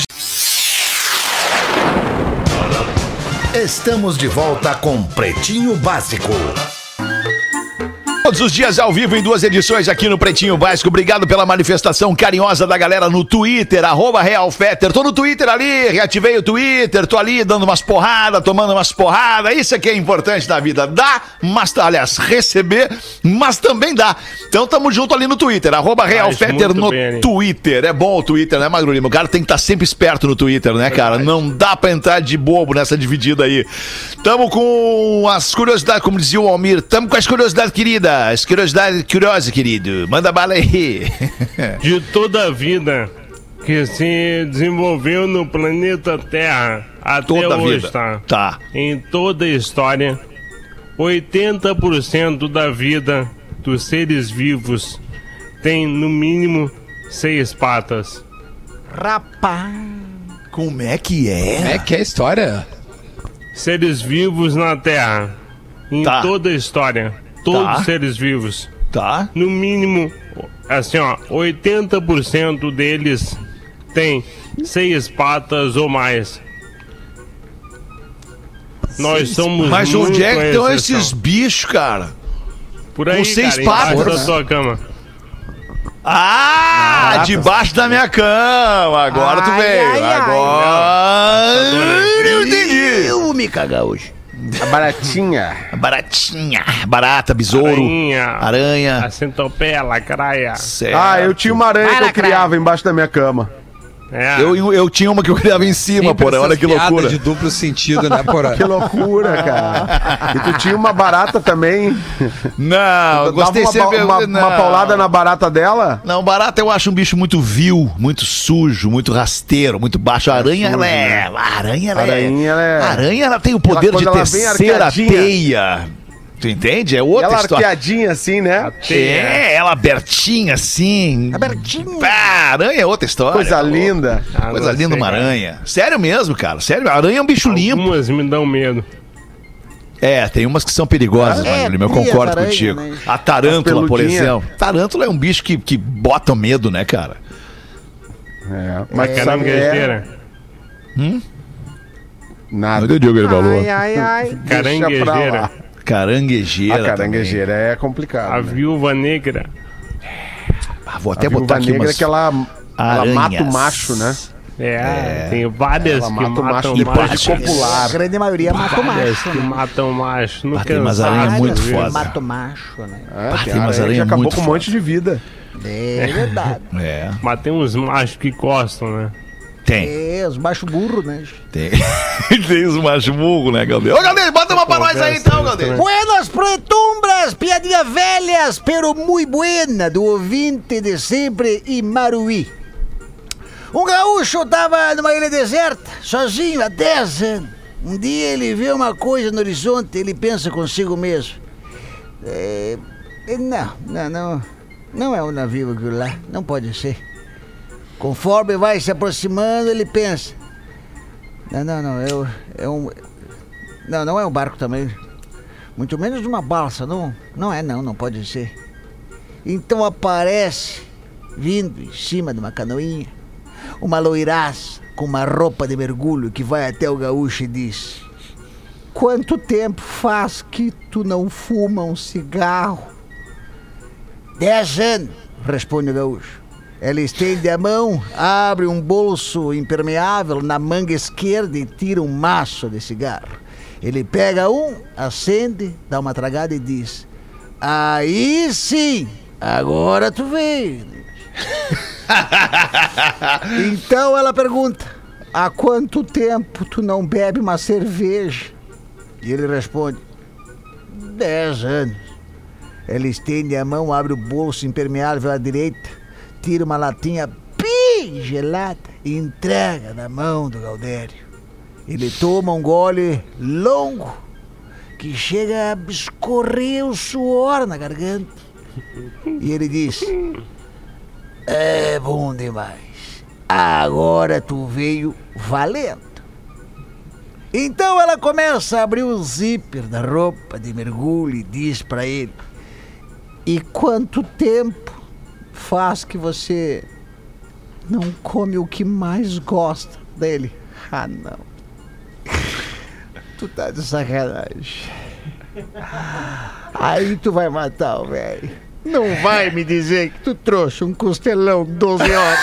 Estamos de volta com Pretinho Básico. Todos os dias ao vivo em duas edições aqui no Pretinho Básico. Obrigado pela manifestação carinhosa da galera no Twitter, arroba Real Fetter. Tô no Twitter ali, reativei o Twitter, tô ali dando umas porradas, tomando umas porradas. Isso é que é importante na vida. Dá, mas, aliás, receber, mas também dá. Então tamo junto ali no Twitter, arroba Real Faz Fetter muito no bem, Twitter. É bom o Twitter, né, Magro Lima? O cara tem que estar sempre esperto no Twitter, né, cara? Não dá pra entrar de bobo nessa dividida aí. Tamo com as curiosidades, como dizia o Almir, tamo com as curiosidades, querida. As curiosidades curiosas, querido. Manda bala aí. De toda a vida que se desenvolveu no planeta Terra até Toda a hoje, vida. tá? Tá. Em toda a história, oitenta por cento da vida dos seres vivos tem no mínimo seis patas. Rapaz. Como é que é? Como é que é a história? Seres vivos na Terra. Em Tá. toda a história. Todos Tá. os seres vivos. Tá. No mínimo, assim ó, oitenta por cento deles tem seis patas ou mais. Nós somos Mas muito onde é que estão exceção. esses bichos, cara? Por aí, com seis cara, embaixo patas? da sua cama. Ah, debaixo da minha cama. Agora tu Ai, veio. ai, ai. Agora eu entendi. Eu vou me cagar hoje. A baratinha. Baratinha, barata, besouro, Aranha. aranha. A centopeia, lacraia. Certo. Ah, eu tinha uma aranha Vai, que eu lacraia. criava embaixo da minha cama. É. Eu, eu tinha uma que eu criava em cima, Sempre porra. Olha essas que piadas loucura. de duplo sentido, né, porra? Que loucura, cara. E tu tinha uma barata também. Não, eu gostei Dava uma, sempre. uma, não. uma paulada na barata dela. Não, barata eu acho um bicho muito vil, muito sujo, muito rasteiro, muito baixo. A aranha, sujo, ela é. A aranha, ela Aranha, é. ela é- A aranha, ela tem o poder Ela, de quando ela vem tecer a arqueadinha. teia. Tu entende? É E outra ela história. arqueadinha assim, né? É, ela abertinha assim. Abertinho. Pá, aranha é outra história. Coisa tá louco. linda. Ah, Coisa não linda sei, uma cara. aranha. Sério mesmo, cara. Sério. Aranha é um bicho limpo. Algumas me dão medo. É, tem umas que são perigosas, É, Magno, eu tem as concordo aranhas, contigo. né? A tarântula, As por peludinhas. exemplo. Tarântula é um bicho que, que bota medo, né, cara? É, mas tu sabe, Caranguejeira. nada. entendi o que ele Ai, ai, ai. Deixa pra Caranguejeira. lá. Caranguejeira. A caranguejeira é A complicado. né? viúva negra. também. Ah, vou até A botar viúva aqui negra umas que ela, ela aranhas. mata o macho, né? É, tem várias Ela que mata o macho matam depois macho. de copular. A grande maioria mata o Várias macho, que né? matam macho. No Ah, tem umas cansaço, aranhas muito às vezes. foda. Mata o macho, né? É, Ah, tem tem umas aranha que aranhas acabou muito com um monte de vida. É verdade. É, Mas tem uns machos que gostam, né? tem. É, os machos burros, né? Tem, tem os machos burros, né, Galdeiro? Ô, Galdeiro, bota uma pra nós aí então, Galdeiro. Buenas pretumbras, piadinha velhas, pero muy buena, do ouvinte de sempre e Maruí. Um gaúcho tava numa ilha deserta, sozinho, há dez anos. Um dia ele vê uma coisa no horizonte, ele pensa consigo mesmo. É, é, não, não, não, não é um navio aquilo lá, não pode ser. Conforme vai se aproximando, ele pensa. Não, não, não, é, o- é um... Não, não é um barco também. Muito menos uma balsa, não, não é não, não pode ser. Então aparece, vindo em cima de uma canoinha, uma loiraça com uma roupa de mergulho que vai até o gaúcho e diz: quanto tempo faz que tu não fuma um cigarro? Dez anos, responde o gaúcho. Ela estende a mão, abre um bolso impermeável na manga esquerda e tira um maço de cigarro. Ele pega um, acende, dá uma tragada e diz: aí sim, agora tu veio. Então ela pergunta: há quanto tempo tu não bebe uma cerveja? E ele responde: dez anos. Ela estende a mão, abre o bolso impermeável à direita, tira uma latinha bem gelada e entrega na mão do Gaudério. Ele toma um gole longo que chega a escorrer o suor na garganta. E ele diz: é bom demais. Agora tu veio valendo. Então ela começa a abrir o zíper da roupa de mergulho e diz pra ele: e quanto tempo faz que você não come o que mais gosta dele? Ah, não. Tu tá de sacanagem. Aí tu vai matar o velho. Não vai me dizer que tu trouxe um costelão doze horas.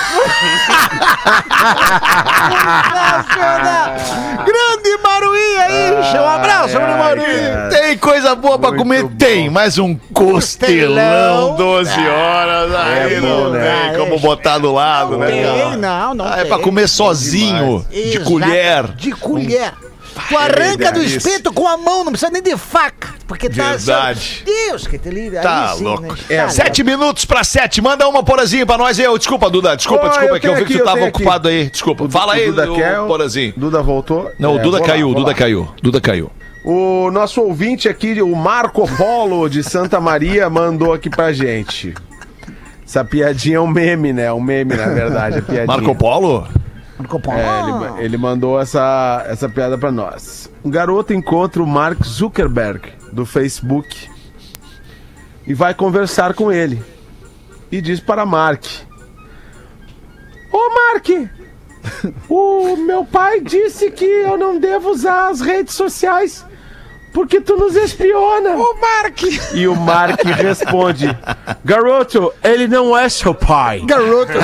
Grande Maruí aí. Um abraço pro Maruí. Tem coisa boa pra Muito comer? bom. Tem, mas um costelão doze horas, aí É não bom, né? tem como botar do lado, né, Tem, cara? não, não Ah, é tem. pra comer sozinho, de Exato, colher. De colher. Tu arranca do delícia. espeto com a mão, não precisa nem de faca. Porque tá... Verdade. Deus que te livre. Aí Tá sim, louco. né? É, Tá Sete minutos pra sete. Manda uma porazinho pra nós. Eu, desculpa, Duda. Desculpa, Oh, desculpa, eu que eu tenho vi aqui, que tu eu tava tenho aqui. ocupado aí. Desculpa. Fala aí, Duda o quer, o- porazinho. Duda voltou? Não, o É, Duda vou caiu, lá, o vou Duda lá. caiu. Duda caiu. O nosso ouvinte aqui, o Marco Polo de Santa Maria, mandou aqui pra gente. Essa piadinha é um meme, né? Um meme, na verdade, a piadinha. Marco Polo? É, ele, ele mandou essa, essa piada pra nós. Um garoto encontra o Mark Zuckerberg, do Facebook, e vai conversar com ele. E diz para Mark: Ô Mark, o meu pai disse que eu não devo usar as redes sociais porque tu nos espiona. Ô Mark! E o Mark responde: garoto, ele não é seu pai. Garoto.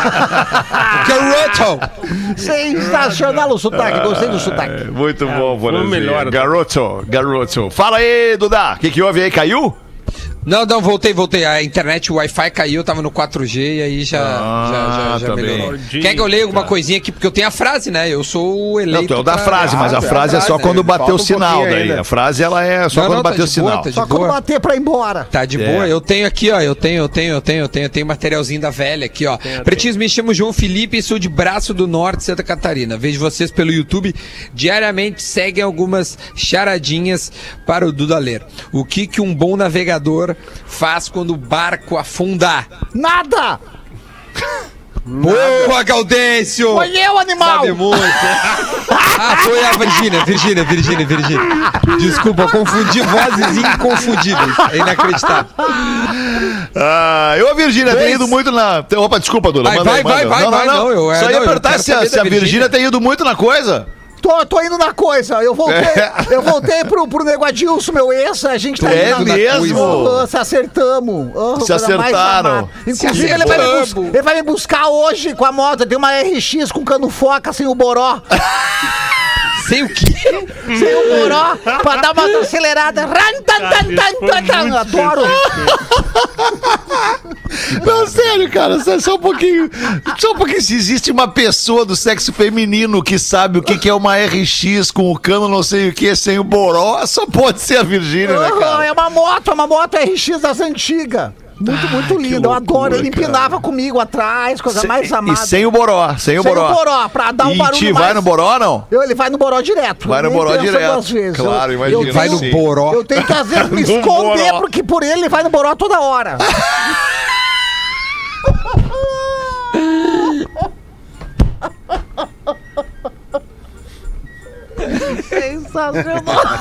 Garoto! Sensacional o sotaque. Gostei do sotaque. Muito bom, foi o porazinho. melhor. Garoto, garoto. Fala aí, Duda. O que, que houve aí? Caiu? Não, não, voltei, voltei. A internet, o Wi-Fi caiu, tava no quatro G e aí já, Ah, já, já, já tá bem. melhorou. Quer que eu leia alguma coisinha aqui? Porque eu tenho a frase, né? Eu sou o eleito. Não, tu é o da pra- frase, mas a Ah, frase é só né? quando bateu o Falta um sinal pouquinho daí. ainda. A frase, ela é só Não, quando não, tá bateu o de boa, sinal. tá de Só quando boa. bater pra ir embora. Tá de É. boa, eu tenho aqui, ó, eu tenho, eu tenho, eu tenho, eu tenho, eu tenho materialzinho da velha aqui, ó. Pretinhos, me chamo João Felipe e sou de Braço do Norte, Santa Catarina. Vejo vocês pelo YouTube, diariamente seguem algumas charadinhas para o Duda ler. O que que um bom navegador faz quando o barco afundar? Nada! Boa, Gaudêncio! Foi eu, animal! Sabe muito. Ah, foi a Virgínia, Virgínia, Virgínia, Virgínia. Desculpa, eu confundi vozes inconfundíveis. É inacreditável. Ah, eu, a Virgínia, tenho ido muito na. Opa, desculpa, Duda. Vai, manda vai, aí, manda. vai, vai, não, vai, não, não. não, eu- é, Só ia não, eu perguntar quero se a, saber se da a Virgínia Virgínia tem ido muito na coisa. Tô, tô indo na coisa. Eu voltei, eu voltei pro, pro Nego Adilson, meu ex. A gente tá É indo na mesmo? Ah, se acertamos. Ah, Se coisa mais acertaram. amada. Inclusive, ele vai, me bus- acertamos. ele vai me buscar hoje com a moto. Tem uma R X com cano foca sem o boró. Sei o quê? Sem o boró, pra dar uma acelerada. Ran, tan, tan, tan, tan, tan. Adoro. Não, sério, cara, só, só um pouquinho. Só um pouquinho. Se existe uma pessoa do sexo feminino que sabe o que, que é uma R X com o cano não sei o que, sem o boró, só pode ser a Virgínia, né, Ah, cara? é uma moto, é uma moto R X das antigas. Muito, muito linda. Eu adoro. Ele empinava comigo atrás, coisa mais Sem- amada. E sem o boró, sem o Sem boró. o boró, pra dar um e barulho ti mais... vai no boró, não? Eu, ele vai no boró direto. Vai no Nem boró pensa direto. duas vezes. Claro, Eu- imagina. eu Vai tenho- no boró. Eu tenho que às vezes me No esconder, boró. porque por ele ele vai no boró toda hora. Sensacional.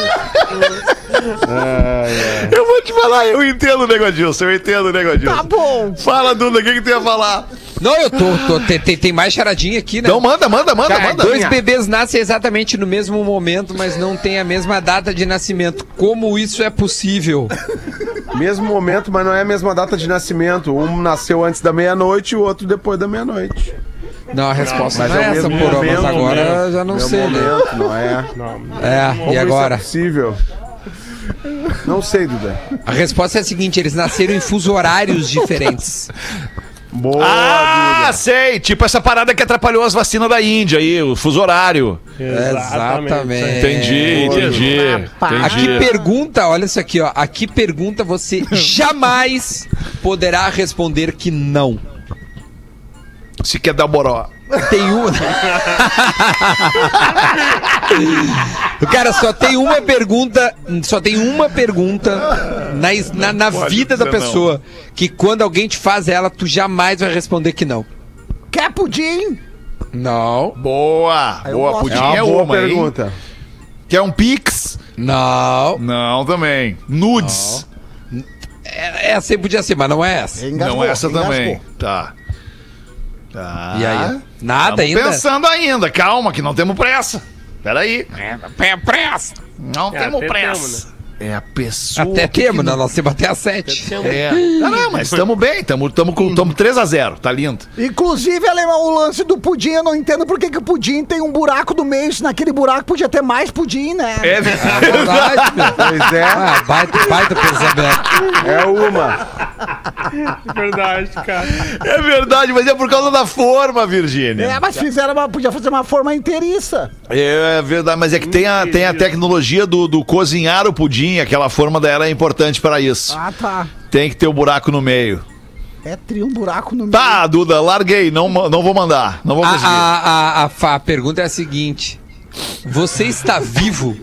Eu vou te falar, eu entendo o Negodilson, eu entendo o Negodilson. Tá bom. Fala, Duda, o que, que tu ia falar? Não, eu tô, tô tem, tem, tem mais charadinha aqui, né? Então manda, manda, manda, Cara, manda. dois bebês nascem exatamente no mesmo momento, mas não têm a mesma data de nascimento. Como isso é possível? Mesmo momento, mas não é a mesma data de nascimento. Um nasceu antes da meia-noite e o outro depois da meia-noite. Não, a resposta Mas não é é o essa, mesmo porra, mas momento, agora já não Meu sei, né? momento, não é? Não, É, Como e isso agora? é possível? Não sei, Duda. A resposta é a seguinte, eles nasceram em fuso horários diferentes. Boa, Ah, Duda. sei. Tipo essa parada que atrapalhou as vacinas da Índia aí, o fuso horário. Exatamente. Entendi, entendi. Aqui entendi. pergunta, olha isso aqui, ó. Aqui pergunta, você jamais poderá responder que não. Se quer dar boró. Tem um. Cara, só tem uma pergunta. Só tem uma pergunta na, es- na, na vida da dizer pessoa. Que quando alguém te faz ela, tu jamais vai responder que não. Quer pudim? Não. Boa, eu boa. gosto. Pudim É uma é boa uma, hein? pergunta. Quer um pix? Não. Não, também. Nudes? É, essa aí podia ser, mas não é essa. Engasgou, Não, essa engasgou. também. Tá. Tá. E aí? Nada Tamo ainda? pensando ainda. Calma, que não temos pressa. Peraí. Pressa. Não É, temos até pressa. temos, né? É a pessoa... Até que temos, que né? Nós temos até às sete. É. Ah, não, mas estamos bem, estamos três a zero, tá lindo. Inclusive, Alemão, o lance do pudim, eu não entendo por que, que o pudim tem um buraco no meio. Se naquele buraco podia ter mais pudim, né? É É verdade, meu. Pois é, Ah, baita, baita pensamento. é uma. Verdade, cara. É verdade, mas é por causa da forma, Virgínia. É, mas fizeram uma, podia fazer uma forma inteiriça. É verdade, mas é que tem a, tem a tecnologia do, do cozinhar o pudim, aquela forma dela é importante para isso. Ah, tá. Tem que ter o buraco no meio. É tri um buraco no meio. Tá, Duda, larguei, não, não vou mandar, não vou A, conseguir. a, a, a, fa- a pergunta é a seguinte: você está vivo?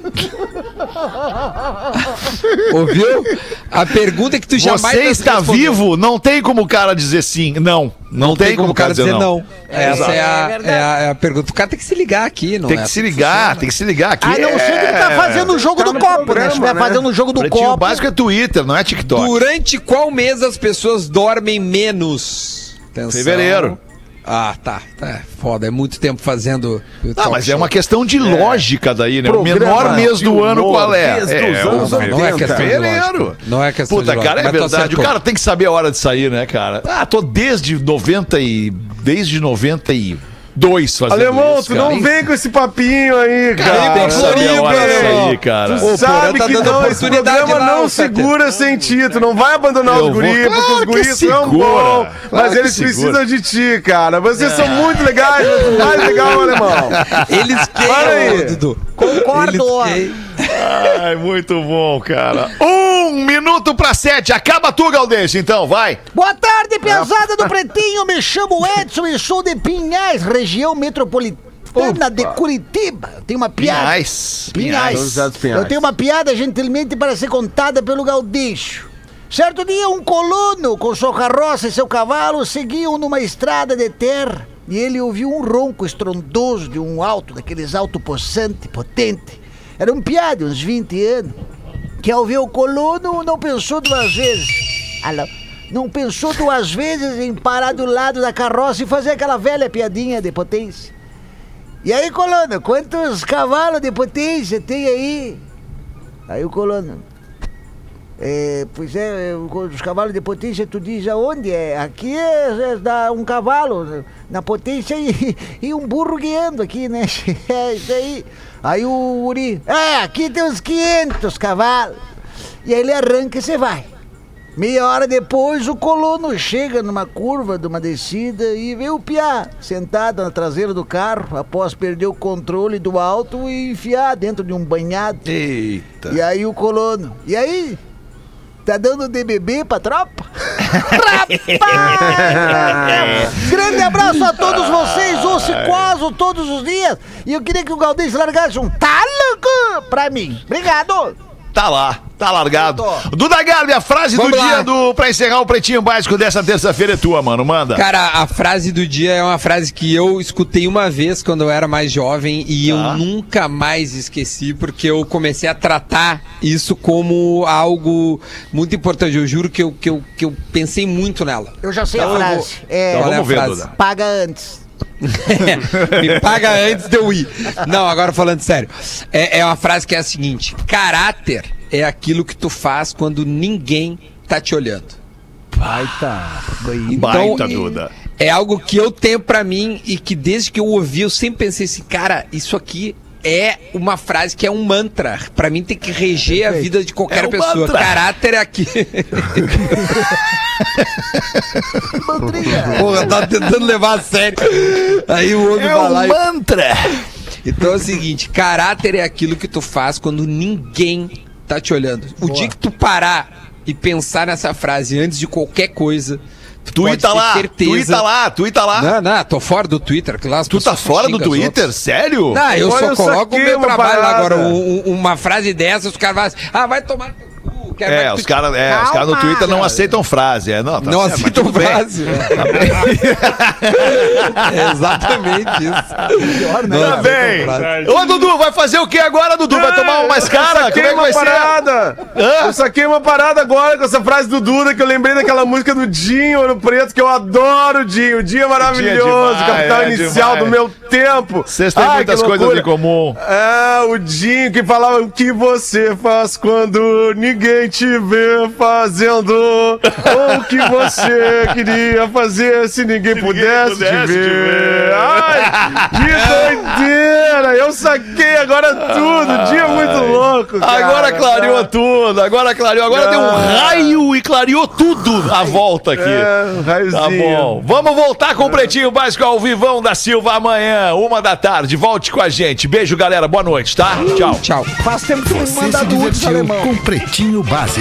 Ouviu? A pergunta é que tu jamais Você vai está responder. vivo? Não tem como o cara dizer sim. Não. Não, Não tem como o cara dizer não. Essa Exato. é a, É é, a, é a pergunta. O cara tem que se ligar aqui, não Tem é que assim se ligar, funciona. tem que se ligar aqui. A não ser que ele tá fazendo o jogo Tá do no copo, né? programa, Se estiver né? fazendo o jogo do Pretinho copo. básico é Twitter, não é TikTok. Durante qual mês as pessoas dormem menos? Atenção. Fevereiro. Ah, tá. É foda, é muito tempo fazendo. o Não, talk mas é show. uma questão de lógica daí, né? O Programa menor mês de do humor ano qual é? desde É, os o- anos Não, não é oitenta. questão de Fevereiro. lógica. Não é questão Puta, de cara, é lógica, mas tu verdade. O acertou. cara tem que saber a hora de sair, né, cara? Ah, tô desde noventa e... Desde noventa e dois fazendo Alemão, isso, tu cara. não vem com esse papinho aí, Cara, cara. tem que saber a hora de Alemão. sair, cara. Tu Ô, sabe Porã tá que dando não, esse oportunidade programa lá, não ô, Fetter. segura sem ti. Tu não vai abandonar Eu os vou- guris, claro porque os que guris são segura. bons. Claro Mas que eles segura. precisam de ti, cara. Vocês são muito legais, mas o mais legal, alemão. Eles Para aí. queiram, Dudu. Concordo. Eles queiram. Ai, muito bom, cara. Um minuto pra sete. Acaba tu, Galdêncio, então, vai. Boa tarde, pesada do Pretinho. Me chamo Edson e sou de Pinhais, região metropolitana de Curitiba. Eu tenho uma piada. Pinhais. Pinhais. São José dos Pinhais. Eu tenho uma piada gentilmente para ser contada pelo Gaudêncio. Certo dia, um colono com sua carroça e seu cavalo seguiam numa estrada de terra e ele ouviu um ronco estrondoso de um alto, daqueles alto possante, potente. Era um piá de uns vinte anos, que ao ver o colono não pensou duas vezes. Alô? Não pensou duas vezes em parar do lado da carroça e fazer aquela velha piadinha de potência. E aí, colono, quantos cavalos de potência tem aí? Aí o colono... É, pois é, os cavalos de potência, tu diz aonde? É, aqui é, é dá um cavalo na potência e, e um burro guiando aqui, né? É isso aí. Aí o Uri, é, aqui tem uns quinhentos cavalos. E aí ele arranca e você vai. Meia hora depois o colono chega numa curva de uma descida e vê o piá sentado na traseira do carro após perder o controle do alto e enfiar dentro de um banhado. Eita. E aí o colono, e aí? Tá dando D B B pra tropa? Rapaz! Grande abraço a todos vocês, ouço quase todos os dias. E eu queria que o Galdêncio largasse um tá louco pra mim. Obrigado! Tá lá, tá largado. Duda Garbi, a frase Vamos do lá. dia do, pra encerrar o Pretinho Básico dessa terça-feira é tua, mano. Manda. Cara, a frase do dia é uma frase que eu escutei uma vez quando eu era mais jovem e eu Tá. nunca mais esqueci, porque eu comecei a tratar isso como algo muito importante. Eu juro que eu, que eu, que eu pensei muito nela. Eu já sei Então a eu frase. vou- É, Então Qual é a vamos ver, frase? Duda. paga antes. Me paga antes de eu ir. Não, agora falando sério. É, é uma frase que é a seguinte: caráter é aquilo que tu faz quando ninguém tá te olhando. Baita. Baita, e- Duda. É algo que eu tenho pra mim e que desde que eu ouvi eu sempre pensei assim, cara, isso aqui é uma frase que é um mantra. Pra mim tem que reger a vida de qualquer É um pessoa. mantra. Caráter é aqui. Porra, eu tava tentando levar a sério. Aí o homem É vai um lá e... mantra. Então é o seguinte, caráter é aquilo que tu faz quando ninguém tá te olhando. O dia que tu parar e pensar nessa frase antes de qualquer coisa, tu pode Tuita ter lá, certeza... tuita lá, tuita lá. Não, não, tô fora do Twitter. Que lá as Tu tá pessoas fora do xingam as Twitter? outras. Sério? Não, eu Olha, só eu coloco o saquei meu uma trabalho lá parada. agora. Um- um- uma frase dessa, os caras falam assim, ah, vai tomar no teu cu. quero É, mais os tu- caras é, os cara no Twitter não aceitam frase. É, não, tá Não certo, mas aceitam tudo bem. frase. É exatamente isso. Pior, né? Não Tá aceitam bem. frase. Ô, Dudu, vai fazer o que agora, Dudu? Vai tomar uma mais cara? Eu saquei Como é que uma vai ser? parada. Hã? Eu saquei uma parada agora com essa frase do Duda, que eu lembrei daquela música do Dinho, Ouro Preto, que eu adoro o Dinho. O Dinho é maravilhoso, demais, capital é inicial demais. do meu tempo. Vocês têm Ai, muitas que coisas loucura. em comum. É, o Dinho que falava o que você faz quando ninguém te vê fazendo, ou o que você queria fazer se ninguém, pudesse, pudesse te, te ver. ver. Ai, que doideira! Eu saquei agora tudo, o Dinho é muito louco, cara. Agora clareou tudo, agora clareou. Agora Ah. deu um raio e clareou tudo à volta aqui. É, um raiozinho. Tá bom. Vamos voltar com o Pretinho Básico ao Vivão da Silva amanhã, uma da tarde. Volte com a gente. Beijo, galera. Boa noite, tá? Tchau. Tchau. Faz tempo que tu tem Você se mandado nudes divertiu alemão. com Pretinho Básico.